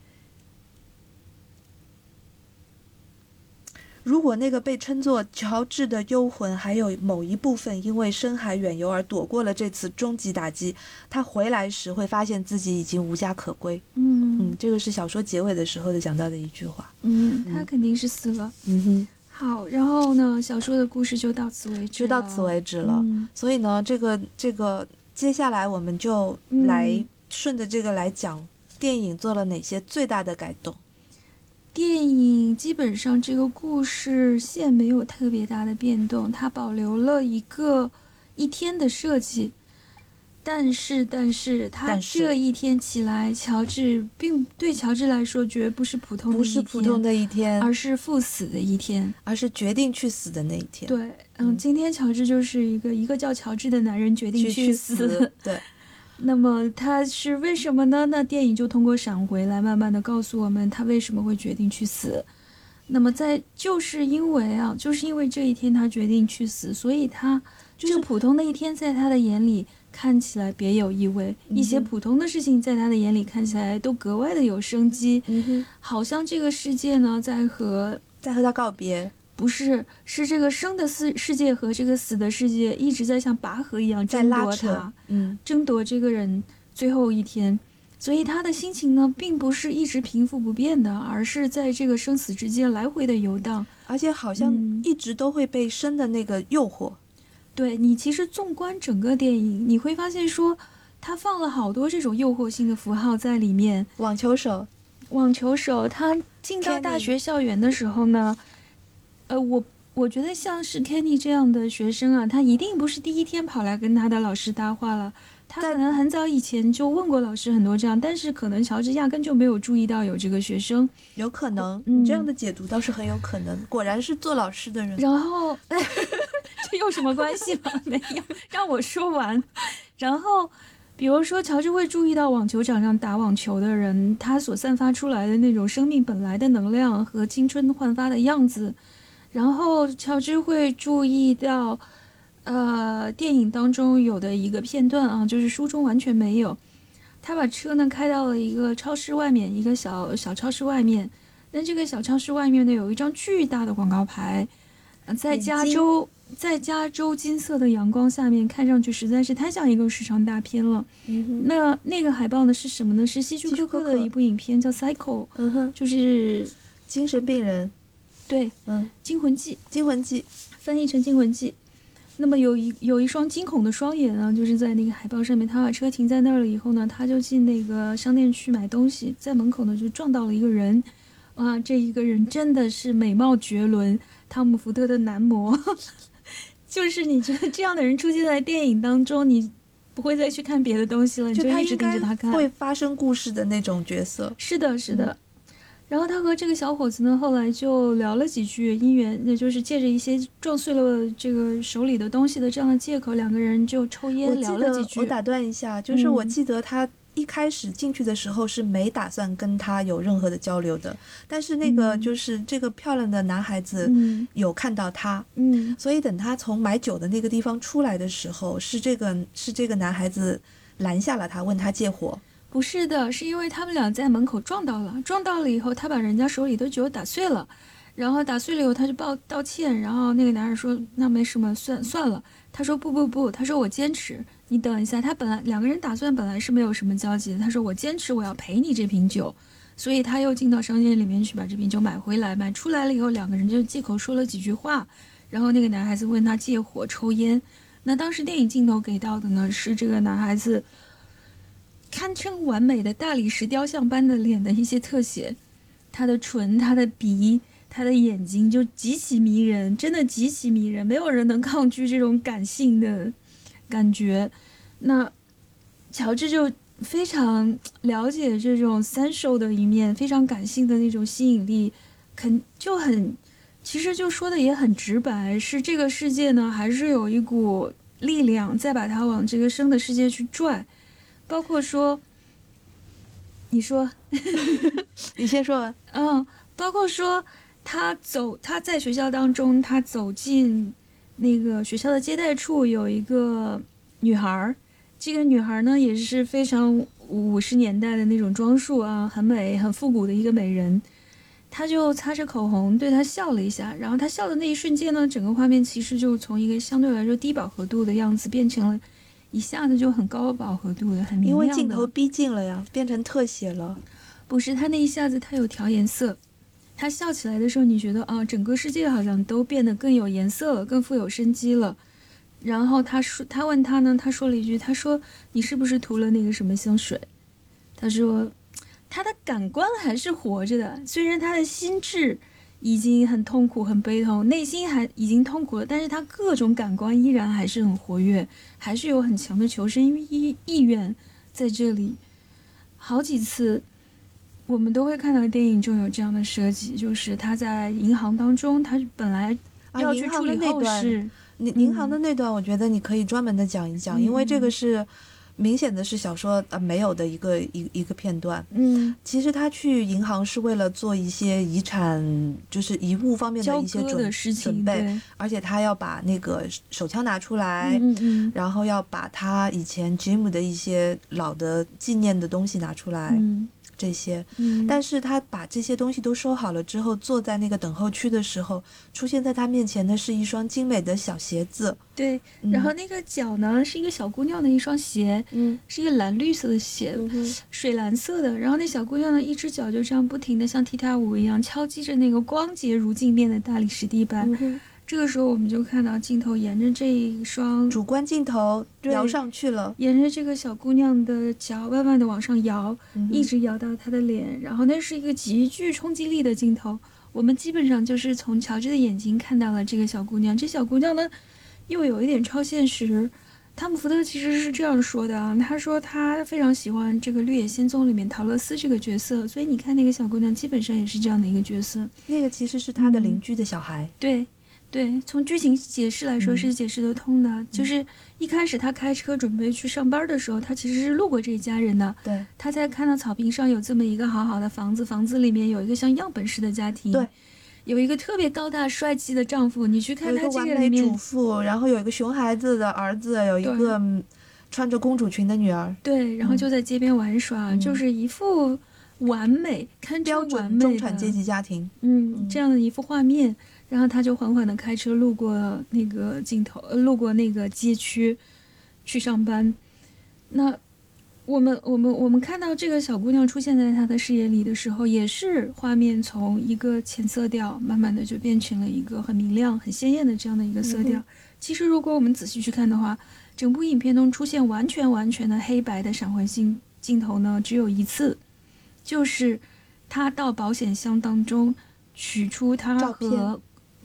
S2: 如果那个被称作乔治的幽魂还有某一部分因为深海远游而躲过了这次终极打击，他回来时会发现自己已经无家可归。
S1: 嗯
S2: 嗯，这个是小说结尾的时候的讲到的一句话。
S1: 嗯，他肯定是死了。
S2: 嗯哼。
S1: 好，然后呢，小说的故事就到此为止
S2: 就到此为止了。
S1: 嗯、
S2: 所以呢，这个这个接下来我们就来、嗯、顺着这个来讲电影做了哪些最大的改动。
S1: 电影基本上这个故事线没有特别大的变动，它保留了一个一天的设计，但是但是他这一天起来，乔治并对乔治来说绝不是普通的一天，
S2: 不是普通的一天，
S1: 而是赴死的一天，
S2: 而是决定去死的那一天。
S1: 对，嗯，嗯今天乔治就是一个一个叫乔治的男人决定去死，
S2: 去死对。
S1: 那么他是为什么呢？那电影就通过闪回来慢慢的告诉我们他为什么会决定去死。那么在就是因为啊，就是因为这一天他决定去死，所以他这个普通的一天在他的眼里看起来别有意味、嗯、一些普通的事情在他的眼里看起来都格外的有生机、
S2: 嗯、
S1: 好像这个世界呢在和
S2: 在和他告别，
S1: 不是，是这个生的世世界和这个死的世界一直在像拔河一样争夺他，
S2: 嗯，
S1: 争夺这个人最后一天，所以他的心情呢，并不是一直平复不变的，而是在这个生死之间来回的游荡，
S2: 而且好像一直都会被生的那个诱惑。
S1: 嗯、对你，其实纵观整个电影，你会发现说，他放了好多这种诱惑性的符号在里面。
S2: 网球手，
S1: 网球手，他进到大学校园的时候呢。呃，我我觉得像是 Kenny 这样的学生啊，他一定不是第一天跑来跟他的老师搭话了，他可能很早以前就问过老师很多这样，但是可能乔治压根就没有注意到有这个学生，
S2: 有可能，
S1: 嗯，
S2: 这样的解读倒是很有可能，果然是做老师的人。
S1: 然后，这有什么关系吗？没有，让我说完。然后，比如说乔治会注意到网球场上打网球的人，他所散发出来的那种生命本来的能量和青春焕发的样子。然后乔治会注意到，呃，电影当中有的一个片段啊，就是书中完全没有。他把车呢开到了一个超市外面，一个小小超市外面。但这个小超市外面呢有一张巨大的广告牌，呃、在加州，在加州金色的阳光下面，看上去实在是太像一个时尚大片了。
S2: 嗯、
S1: 那那个海报呢是什么呢？是希区柯克的一部影片叫《Psycho》，
S2: 嗯哼，
S1: 就是
S2: 精神病人。
S1: 对，
S2: 嗯，
S1: 惊魂记，
S2: 惊魂记
S1: 翻译成惊魂记。那么有一有一双惊恐的双眼啊，就是在那个海报上面。他把车停在那儿了以后呢，他就进那个商店去买东西，在门口呢就撞到了一个人。啊，这一个人真的是美貌绝伦，汤姆福特的男模。就是你觉得这样的人出现在电影当中，你不会再去看别的东西了，你就一直盯着他看。
S2: 会发生故事的那种角色。
S1: 是的，是的。
S2: 嗯，
S1: 然后他和这个小伙子呢，后来就聊了几句，因缘那就是借着一些撞碎了这个手里的东西的这样的借口，两个人就抽烟聊了几句。
S2: 我打断一下，就是我记得他一开始进去的时候是没打算跟他有任何的交流的，但是那个就是这个漂亮的男孩子有看到他，
S1: 嗯，
S2: 所以等他从买酒的那个地方出来的时候，是这个是这个男孩子拦下了他，问他借火。
S1: 不是的，是因为他们俩在门口撞到了，撞到了以后，他把人家手里的酒打碎了，然后打碎了以后，他就道道歉，然后那个男人说那没什么，算算了。他说不不不，他说我坚持，你等一下。他本来两个人打算本来是没有什么交集的，他说我坚持我要赔你这瓶酒，所以他又进到商店里面去把这瓶酒买回来，买出来了以后，两个人就借口说了几句话，然后那个男孩子问他借火抽烟。那当时电影镜头给到的呢是这个男孩子堪称完美的大理石雕像般的脸的一些特写，他的唇、他的鼻、他的眼睛就极其迷人，真的极其迷人，没有人能抗拒这种感性的感觉。那乔治就非常了解这种三受的一面，非常感性的那种吸引力，肯就很其实就说的也很直白，是这个世界呢还是有一股力量在把它往这个生的世界去拽。包括说你说
S2: 你先说完。
S1: 嗯，包括说他走他在学校当中，他走进那个学校的接待处，有一个女孩，这个女孩呢也是非常五十年代的那种装束啊，很美很复古的一个美人。他就擦着口红对他笑了一下，然后他笑的那一瞬间呢，整个画面其实就从一个相对来说低饱和度的样子变成了一下子就很高饱和度的，很明亮的。
S2: 因为镜头逼近了呀，变成特写了。
S1: 不是，他那一下子他有调颜色，他笑起来的时候，你觉得啊，整个世界好像都变得更有颜色了，更富有生机了。然后他说，他问他呢，他说了一句，他说你是不是涂了那个什么香水？他说他的感官还是活着的，虽然他的心智已经很痛苦很悲痛，内心还已经痛苦了，但是他各种感官依然还是很活跃，还是有很强的求生意意愿在这里。好几次我们都会看到电影中有这样的设计，就是他在银行当中，他本来要去处理后事、
S2: 啊、银行的那段我觉得你可以专门的讲一讲、嗯、因为这个是明显的是小说呃没有的一个一一个片段。
S1: 嗯，
S2: 其实他去银行是为了做一些遗产，就是遗物方面的一些准准备，而且他要把那个手枪拿出来，
S1: 嗯嗯，
S2: 然后要把他以前 Jim 的一些老的纪念的东西拿出来。
S1: 嗯。
S2: 这些、
S1: 嗯，
S2: 但是他把这些东西都收好了之后，坐在那个等候区的时候，出现在他面前的是一双精美的小鞋子。
S1: 对，嗯、然后那个脚呢是一个小姑娘的一双鞋，
S2: 嗯，
S1: 是一个蓝绿色的鞋、嗯，水蓝色的。然后那小姑娘呢，一只脚就这样不停的像踢踏舞一样敲击着那个光洁如镜面的大理石地板。
S2: 嗯，
S1: 这个时候我们就看到镜头沿着这一双
S2: 主观镜头摇上去了，
S1: 沿着这个小姑娘的脚慢慢的往上摇、
S2: 嗯、
S1: 一直摇到她的脸，然后那是一个极具冲击力的镜头。我们基本上就是从乔治的眼睛看到了这个小姑娘，这小姑娘呢又有一点超现实。汤姆福特其实是这样说的啊，他说他非常喜欢这个《绿野仙踪》里面陶乐斯这个角色，所以你看那个小姑娘基本上也是这样的一个角色。
S2: 那个其实是他的邻居的小孩、
S1: 嗯、对对，从剧情解释来说是解释得通的、嗯、就是一开始他开车准备去上班的时候，他其实是路过这一家人的。
S2: 对，
S1: 他才看到草坪上有这么一个好好的房子，房子里面有一个像样本式的家庭，
S2: 对，
S1: 有一个特别高大帅气的丈夫，你去看他这个里面，
S2: 有一个完美主妇，然后有一个熊孩子的儿子，有一个穿着公主裙的女儿，
S1: 对，然后就在街边玩耍、嗯、就是一副完美堪称完美的
S2: 中产阶级家庭，
S1: 嗯，嗯这样的一幅画面。然后他就缓缓地开车路过那个镜头，呃，路过那个街区去上班。那我们我们我们看到这个小姑娘出现在他的视野里的时候，也是画面从一个浅色调慢慢的就变成了一个很明亮很鲜艳的这样的一个色调、嗯、其实如果我们仔细去看的话，整部影片中出现完全完全的黑白的闪回镜镜头呢只有一次，就是他到保险箱当中取出他和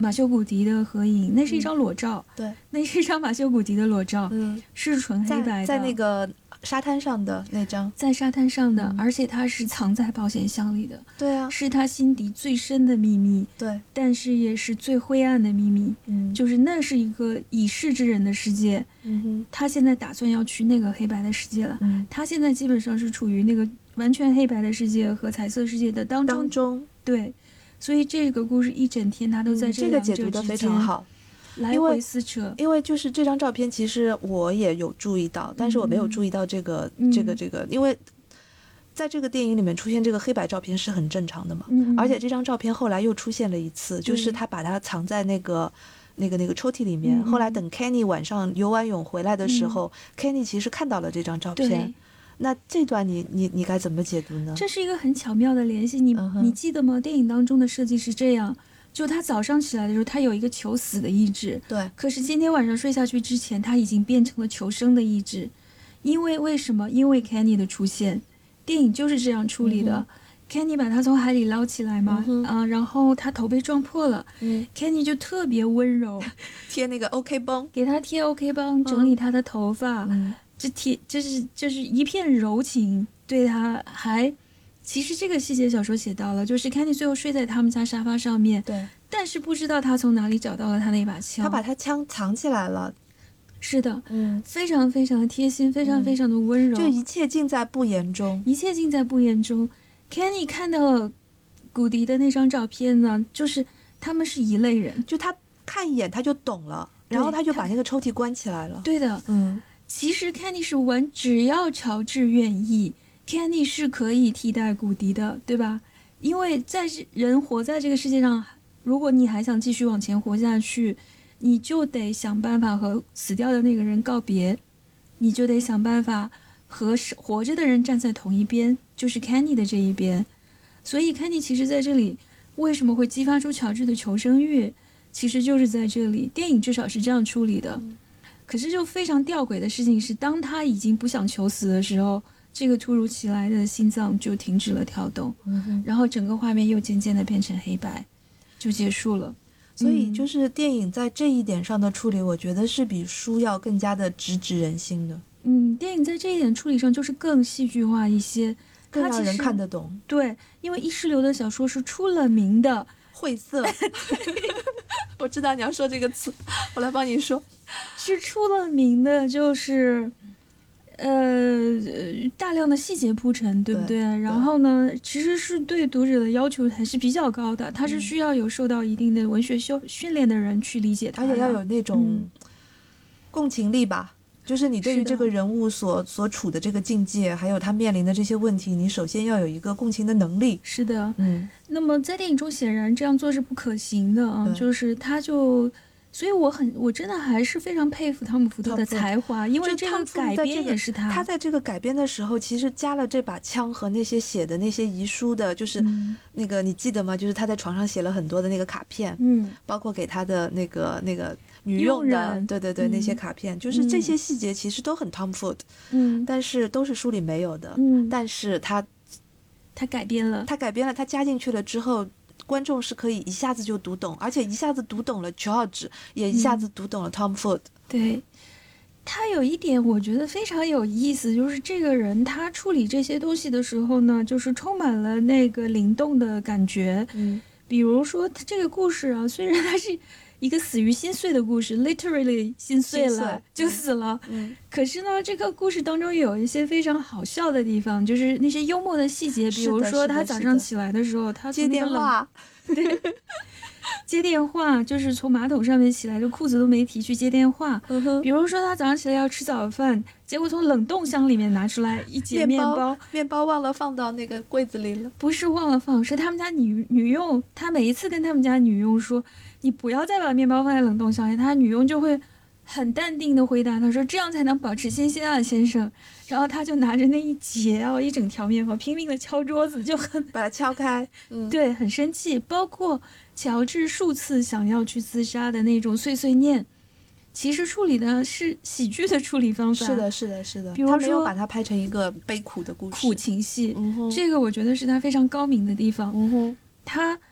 S1: 马修古迪的合影，那是一张裸照，
S2: 嗯、对，
S1: 那是一张马修古迪的裸照，
S2: 嗯，
S1: 是纯黑白的，
S2: 在, 在那个沙滩上的那张，
S1: 在沙滩上的、
S2: 嗯、
S1: 而且它是藏在保险箱里的，
S2: 对啊，
S1: 是他心底最深的秘密，
S2: 对，
S1: 但是也是最灰暗的秘密，
S2: 嗯，
S1: 就是那是一个已逝之人的世界，
S2: 嗯哼，
S1: 他现在打算要去那个黑白的世界了，
S2: 嗯，
S1: 他现在基本上是处于那个完全黑白的世界和彩色世界的当中，
S2: 当中，
S1: 对，所以这个故事一整天他都在这两者之间、
S2: 嗯、这个解读得非常好，
S1: 来回撕扯，
S2: 因为就是这张照片其实我也有注意到，但是我没有注意到这个、嗯、这个这个因为在这个电影里面出现这个黑白照片是很正常的嘛，
S1: 嗯、
S2: 而且这张照片后来又出现了一次，就是他把它藏在那个那个那个抽屉里面、
S1: 嗯、
S2: 后来等 Kenny 晚上游完泳回来的时候、嗯、Kenny 其实看到了这张照片，那这段你你你该怎么解读呢？
S1: 这是一个很巧妙的联系，你、嗯、你记得吗？电影当中的设计是这样，就他早上起来的时候他有一个求死的意志，
S2: 对，
S1: 可是今天晚上睡下去之前他已经变成了求生的意志，因为为什么？因为 Kenny 的出现，电影就是这样处理的、嗯、Kenny 把他从海里捞起来嘛、嗯啊、然后他头被撞破了、嗯、Kenny 就特别温柔
S2: 贴那个 OK 绷，
S1: 给他贴 OK 绷，整理他的头发、嗯这贴就是就是一片柔情，对他还，其实这个细节小说写到了，就是 Kenny 最后睡在他们家沙发上面，
S2: 对，
S1: 但是不知道他从哪里找到了他那把枪，
S2: 他把他枪藏起来了，
S1: 是的，
S2: 嗯，
S1: 非常非常的贴心，非常非常的温柔，
S2: 嗯、就一切尽在不言中，
S1: 一切尽在不言中。Kenny 看到了古迪的那张照片呢，就是他们是一类人，
S2: 就他看一眼他就懂了，然后他就把那个抽屉关起来了，
S1: 对的，
S2: 嗯。
S1: 其实 Kenny 是完，只要乔治愿意 Kenny 是可以替代古迪的，对吧？因为在人活在这个世界上，如果你还想继续往前活下去，你就得想办法和死掉的那个人告别，你就得想办法和活着的人站在同一边，就是 Kenny 的这一边。所以 Kenny 其实在这里为什么会激发出乔治的求生欲，其实就是在这里，电影至少是这样处理的。嗯，可是就非常吊诡的事情是，当他已经不想求死的时候，这个突如其来的心脏就停止了跳动、嗯、然后整个画面又渐渐的变成黑白，就结束了。
S2: 所以就是电影在这一点上的处理、嗯、我觉得是比书要更加的直指人心的。
S1: 嗯，电影在这一点处理上就是更戏剧化一些，
S2: 更让人看得懂。
S1: 对，因为意识流的小说是出了名的
S2: 晦涩我知道你要说这个词，我来帮你说，
S1: 是出了名的，就是呃大量的细节铺陈，对不 对, 对然后呢其实是对读者的要求还是比较高的，它是需要有受到一定的文学修训练的人去理解它，
S2: 而且要有那种共情力吧、嗯，就是你对于这个人物所所处的这个境界，还有他面临的这些问题，你首先要有一个共情的能力。
S1: 是的，
S2: 嗯。
S1: 那么在电影中显然这样做是不可行的啊，就是他就，所以我很我真的还是非常佩服汤姆福特的才华，因为这个改编也是他。
S2: 他在这个改编的时候，其实加了这把枪和那些写的那些遗书的，就是那个、嗯、你记得吗？就是他在床上写了很多的那个卡片，
S1: 嗯，
S2: 包括给他的那个那个。女用的，对对对、嗯，那些卡片，就是这些细节其实都很 Tom Ford，
S1: 嗯，
S2: 但是都是书里没有的，
S1: 嗯，
S2: 但是他
S1: 他改编了，
S2: 他改编了，他加进去了之后，观众是可以一下子就读懂，而且一下子读懂了 George， 也一下子读懂了 Tom Ford、嗯。
S1: 对，他有一点我觉得非常有意思，就是这个人他处理这些东西的时候呢，就是充满了那个灵动的感觉，
S2: 嗯，
S1: 比如说他这个故事啊，虽然他是一个死于心碎的故事 literally 心碎了
S2: 碎
S1: 就死了、
S2: 嗯、
S1: 可是呢这个故事当中有一些非常好笑的地方，就是那些幽默的细节，比如说他早上起来的时候他
S2: 接电话
S1: 对接电话，就是从马桶上面起来的裤子都没提去接电话、
S2: 嗯、
S1: 比如说他早上起来要吃早饭，结果从冷冻箱里面拿出来一截面包，
S2: 面包面包忘了放到那个柜子里了。
S1: 不是忘了放，是他们家女女佣，他每一次跟他们家女佣说你不要再把面包放在冷冻箱里，他女佣就会很淡定的回答他说这样才能保持新鲜啊先生，然后他就拿着那一截啊一整条面包拼命的敲桌子，就很
S2: 把它敲开、嗯、
S1: 对，很生气。包括乔治数次想要去自杀的那种碎碎念，其实处理的是喜剧的处理方法。
S2: 是的是的是的，
S1: 比如说
S2: 他没有把它拍成一个悲苦的故事，
S1: 苦情戏、
S2: 嗯、
S1: 这个我觉得是他非常高明的地方。
S2: 嗯哼，
S1: 他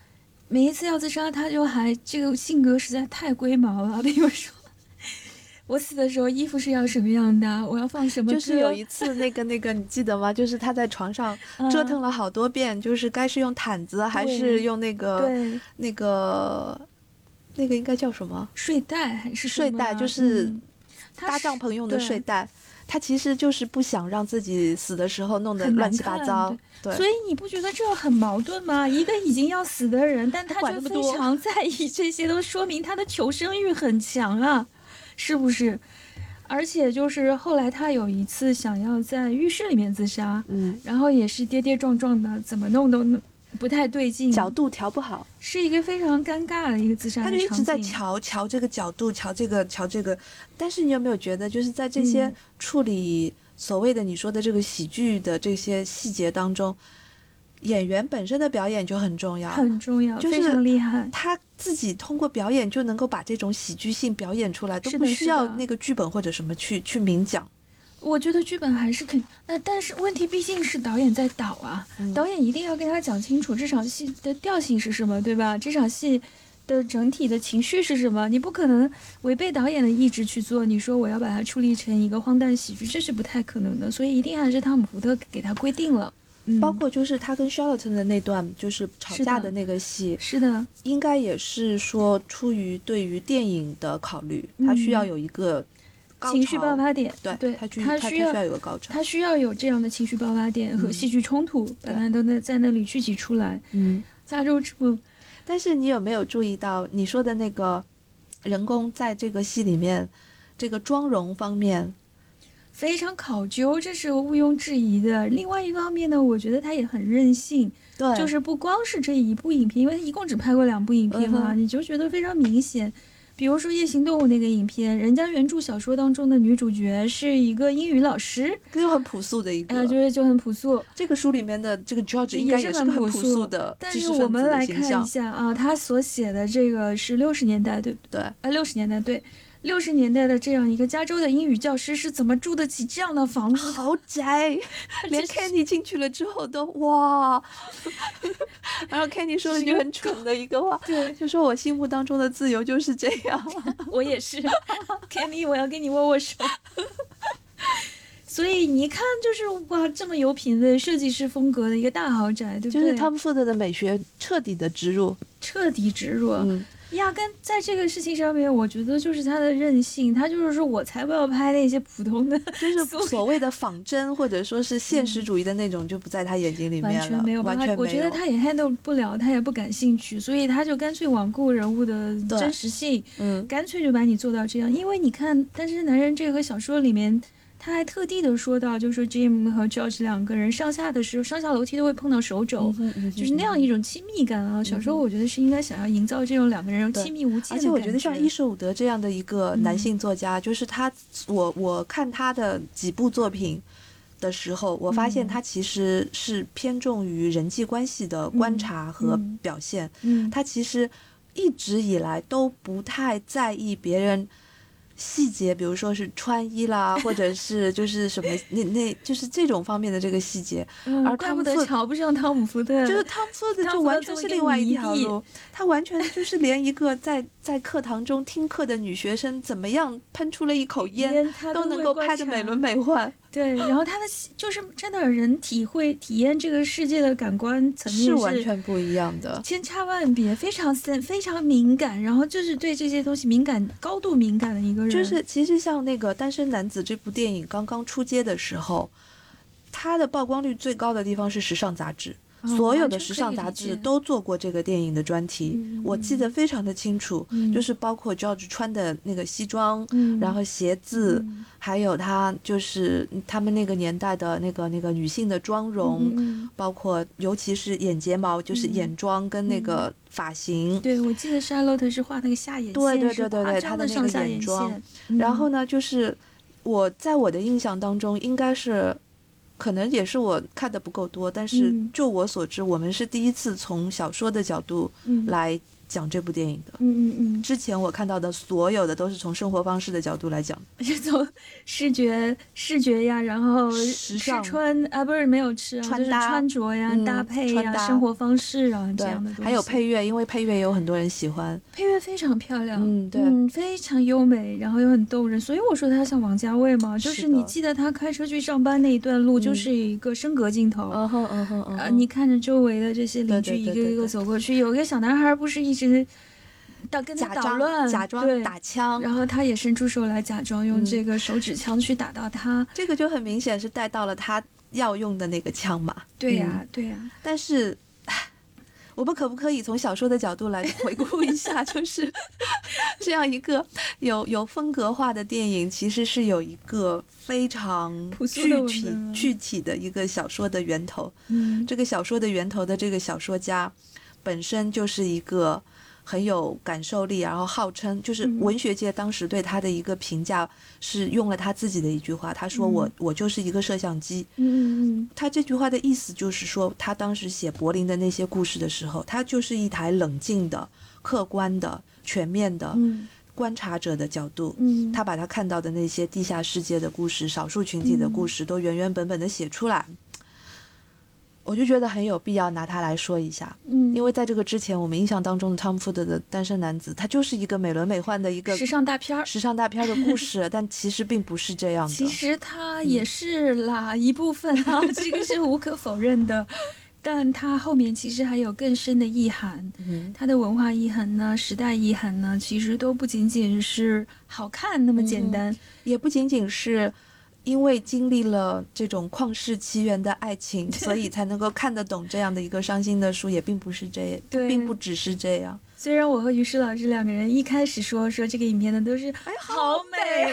S1: 每一次要自杀，他就还这个性格实在太龟毛了。比如说，我死的时候衣服是要什么样的，我要放什么歌。
S2: 就是有一次那个那个你记得吗？就是他在床上折腾了好多遍，嗯、就是该是用毯子还是用那个那个那个应该叫什么
S1: 睡袋还是
S2: 睡袋，就是搭帐篷用的睡袋。嗯，他其实就是不想让自己死的时候弄得乱七八糟，
S1: 对，所以你不觉得这很矛盾吗？一个已经要死的人，但他就非常在意这些，都说明他的求生欲很强啊，是不是？而且就是后来他有一次想要在浴室里面自杀，嗯，然后也是跌跌撞撞的，怎么弄都不太对劲，
S2: 角度调不好，
S1: 是一个非常尴尬的一个自杀的场景。
S2: 他就一直在瞧瞧这个角度，瞧这个瞧这个。但是你有没有觉得，就是在这些处理所谓的你说的这个喜剧的这些细节当中，演员本身的表演就很重要，
S1: 很重要，
S2: 就是
S1: 非常厉害。
S2: 他自己通过表演就能够把这种喜剧性表演出来，都不需要那个剧本或者什么去去明讲。
S1: 我觉得剧本还是肯，那但是问题毕竟是导演在导啊，嗯、导演一定要跟他讲清楚这场戏的调性是什么，对吧？这场戏的整体的情绪是什么？你不可能违背导演的意志去做。你说我要把它处理成一个荒诞喜剧，这是不太可能的。所以一定还是汤姆福特给他规定了。嗯、
S2: 包括就是他跟 Charlotte 的那段就是吵架的那个戏，
S1: 是的，
S2: 应该也是说出于对于电影的考虑，嗯、他需要有一个。
S1: 情绪爆发点，
S2: 对
S1: 对，
S2: 他需
S1: 他
S2: 需要有个高潮，
S1: 他需要有这样的情绪爆发点和戏剧冲突，嗯、把它都在在那里聚集出来。嗯，加州之母。
S2: 但是你有没有注意到你说的那个人工在这个戏里面，这个妆容方面
S1: 非常考究，这是毋庸置疑的。另外一方面呢，我觉得他也很任性，
S2: 对，
S1: 就是不光是这一部影片，因为他一共只拍过两部影片嘛，嗯、你就觉得非常明显。比如说《夜行动物》那个影片，人家原著小说当中的女主角是一个英语老师，
S2: 就很朴素的一个，
S1: 呃，就是就很朴素。
S2: 这个书里面的这个 George 应该也是很朴素的，
S1: 但是我们来看一下啊，他所写的这个是六十年代，对不
S2: 对？
S1: 啊，六十年代对。六十年代的这样一个加州的英语教师是怎么住得起这样的房子？
S2: 豪宅，连 Kenny 进去了之后都哇，然后 Kenny 说了一句很蠢的一个话，
S1: 对，
S2: 就说我心目当中的自由就是这样。
S1: 我也是，Kenny， 我要跟你握握手。所以你一看就是哇，这么有品位、设计师风格的一个大豪宅，对不对？
S2: 就是他们负责的美学彻底的植入，
S1: 彻底植入。
S2: 嗯。
S1: 压根在这个事情上面，我觉得就是他的任性，他就是说我才不要拍那些普通的，
S2: 就是所谓的仿真或者说是现实主义的那种，就不在他眼睛里面了，
S1: 完全没有，
S2: 完全没有。
S1: 我觉得他也 handle 不了，他也不感兴趣，所以他就干脆罔顾人物的真实性，嗯，干脆就把你做到这样。因为你看《单身男人》这个小说里面。他还特地的说到，就是 Jim 和 George 两个人上下的时候，上下楼梯都会碰到手肘，嗯嗯、就是那样一种亲密感啊。嗯、小时候我觉得是应该想要营造这种两个人亲密无间的感觉。
S2: 而且我觉得像伊舍伍德这样的一个男性作家，嗯、就是他，我我看他的几部作品的时候，我发现他其实是偏重于人际关系的观察和表现。嗯嗯、他其实一直以来都不太在意别人。细节，比如说是穿衣啦，或者是就是什么那那就是这种方面的这个细节，
S1: 嗯、而怪不得瞧不上汤姆福特，
S2: 就是汤姆福特就完全是另外一条路，他完全就是连一个在在课堂中听课的女学生怎么样喷出了一口烟，都能够拍得美轮美奂。
S1: 对，然后他的就是真的人体会体验这个世界的感官层面
S2: 是完全不一样的，
S1: 千差万别，非常深，非常敏感，然后就是对这些东西敏感，高度敏感的一个人。
S2: 就是其实像那个《单身男子》这部电影刚刚出街的时候，它的曝光率最高的地方是时尚杂志。所有的时尚杂志都做过这个电影的专题，嗯、我记得非常的清楚，嗯、就是包括 George 穿的那个西装，嗯、然后鞋子，嗯、还有他就是他们那个年代的那个那个女性的妆容，嗯、包括尤其是眼睫毛，就是眼妆跟那个发型。
S1: 嗯、对，我记得莎洛特是画那个下眼线，
S2: 对对对对对，她的那个眼妆。嗯、然后呢，就是我在我的印象当中，应该是。可能也是我看的不够多，但是就我所知，嗯、我们是第一次从小说的角度来讲这部电影的。
S1: 嗯嗯嗯，
S2: 之前我看到的所有的都是从生活方式的角度来讲，
S1: 是从视觉视觉呀，然后
S2: 时尚
S1: 吃穿啊，不是没有吃啊，
S2: 穿搭
S1: 就是穿着呀、
S2: 嗯
S1: 搭配呀、
S2: 穿搭
S1: 生活方式啊这
S2: 对
S1: 样的东西。
S2: 还有配乐，因为配乐也有很多人喜欢，
S1: 配乐非常漂亮，
S2: 嗯对
S1: 嗯，非常优美，然后又很动人，所以我说他像王家卫嘛，就是
S2: 的
S1: 你记得他开车去上班那一段路，
S2: 嗯
S1: 就是一个升格镜头，
S2: 嗯哼嗯哼嗯
S1: 啊，
S2: 哼，
S1: 你看着周围的这些邻居一个一个
S2: 对对对对对
S1: 走过去，有一个小男孩不是一直到跟他
S2: 假装
S1: 捣乱，
S2: 假装
S1: 对
S2: 打枪，
S1: 然后他也伸出手来假装用
S2: 嗯
S1: 这个手指枪去打到他。
S2: 这个就很明显是带到了他要用的那个枪嘛。
S1: 对呀、
S2: 嗯
S1: 对呀、
S2: 但是，唉我们可不可以从小说的角度来回顾一下，就是这样一个有有风格化的电影，其实是有一个非常
S1: 朴素的
S2: 具体
S1: 文本
S2: 具体的一个小说的源头。
S1: 嗯，
S2: 这个小说的源头的这个小说家本身就是一个很有感受力，然后号称就是
S1: 嗯
S2: 文学界当时对他的一个评价是用了他自己的一句话，他说我、
S1: 嗯
S2: 我就是一个摄像机。
S1: 嗯嗯
S2: 他这句话的意思就是说，他当时写柏林的那些故事的时候，他就是一台冷静的、客观的、全面的
S1: 嗯
S2: 观察者的角度。
S1: 嗯，
S2: 他把他看到的那些地下世界的故事、少数群体的故事都原原本本的写出来。我就觉得很有必要拿它来说一下，
S1: 嗯，
S2: 因为在这个之前，我们印象当中的汤姆·福德的《单身男子》，他就是一个美轮美奂的一个
S1: 时尚大片儿。
S2: 时尚大片的故事，但其实并不是这样的。
S1: 其实它也是啦、一部分啊，这个是无可否认的。但它后面其实还有更深的意涵，
S2: 嗯
S1: 它的文化意涵呢、时代意涵呢，其实都不仅仅是好看那么简单。
S2: 也不仅仅是因为经历了这种旷世奇缘的爱情，所以才能够看得懂这样的一个伤心的书，也并不是这，
S1: 对
S2: 并不只是这样。
S1: 虽然我和于适老师两个人一开始说说这个影片的都是哎好美，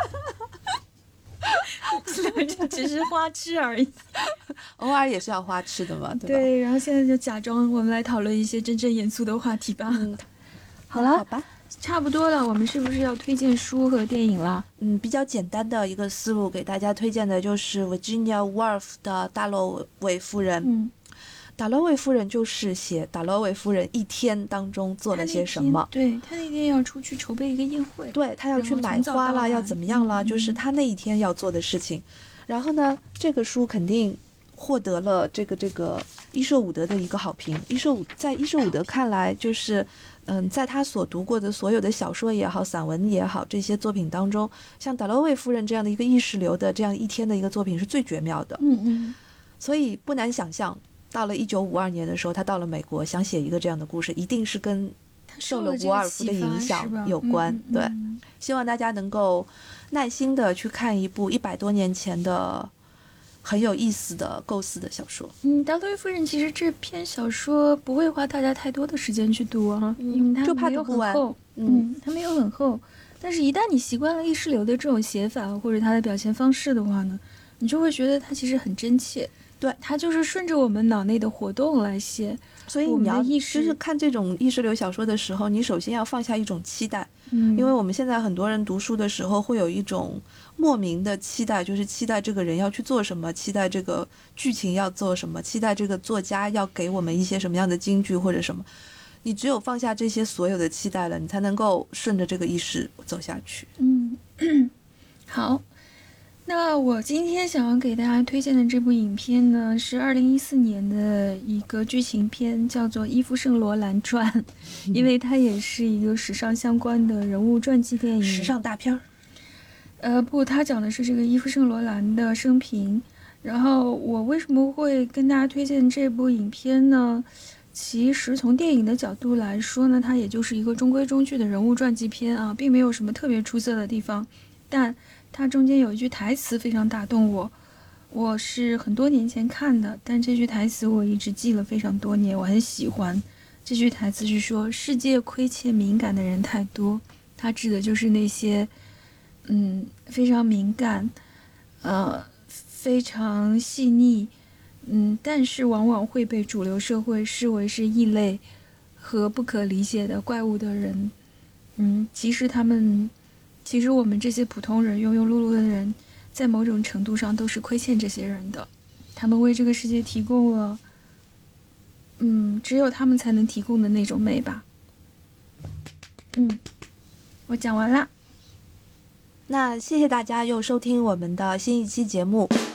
S1: 就只是花痴而已。
S2: 偶尔也是要花痴的嘛，对吧？
S1: 对，然后现在就假装我们来讨论一些真正严肃的话题吧。
S2: 嗯，
S1: 好了，
S2: 好吧。
S1: 差不多了，我们是不是要推荐书和电影了？
S2: 嗯，比较简单的一个思路给大家推荐的就是 Virginia Woolf 的《大洛韦夫人》。
S1: 嗯，
S2: 达洛韦夫人就是写达洛韦夫人一天当中做了些什么。
S1: 对，他那天要出去筹备一个宴会，
S2: 对，他要去买花了，要怎么样了，
S1: 嗯、
S2: 就是他那一天要做的事情。然后呢，这个书肯定获得了这个这个伊舍伍德的一个好评。伊舍伍在伊舍伍德看来，就是嗯，在他所读过的所有的小说也好，散文也好，这些作品当中，像达洛韦夫人这样的一个意识流的这样一天的一个作品是最绝妙的。
S1: 嗯嗯，
S2: 所以不难想象，到了一九五二年的时候，他到了美国，想写一个这样的故事，一定是跟受了伍尔夫的影响有关。
S1: 嗯嗯嗯、
S2: 对，希望大家能够耐心的去看一部一百多年前的很有意思的构思的小说。
S1: 嗯，达洛韦夫人其实这篇小说不会花大家太多的时间去读啊，
S2: 嗯、
S1: 因为它
S2: 就怕
S1: 没有很厚，
S2: 嗯，
S1: 它没有很厚。但是，一旦你习惯了意识流的这种写法或者它的表现方式的话呢，你就会觉得它其实很真切。
S2: 对，
S1: 它就是顺着我们脑内的活动来写。
S2: 所以你要就是看这种意识流小说的时候，你首先要放下一种期待，
S1: 嗯，
S2: 因为我们现在很多人读书的时候会有一种莫名的期待，就是期待这个人要去做什么，期待这个剧情要做什么，期待这个作家要给我们一些什么样的金句或者什么。你只有放下这些所有的期待了，你才能够顺着这个意识走下去。
S1: 嗯，好。那我今天想要给大家推荐的这部影片呢，是二零一四年的一个剧情片，叫做《伊夫圣罗兰传》，因为它也是一个时尚相关的人物传记电影，
S2: 时尚大片儿。
S1: 呃，不，它讲的是这个伊夫圣罗兰的生平。然后我为什么会跟大家推荐这部影片呢？其实从电影的角度来说呢，它也就是一个中规中矩的人物传记片啊，并没有什么特别出色的地方，但它中间有一句台词非常打动我，我是很多年前看的，但这句台词我一直记了非常多年，我很喜欢。这句台词是说，世界亏欠敏感的人太多，它指的就是那些嗯非常敏感呃非常细腻嗯但是往往会被主流社会视为是异类和不可理解的怪物的人。嗯其实他们其实我们这些普通人庸庸碌碌的人在某种程度上都是亏欠这些人的，他们为这个世界提供了嗯只有他们才能提供的那种美吧。 嗯，我讲完了。
S2: 那谢谢大家又收听我们的新一期节目。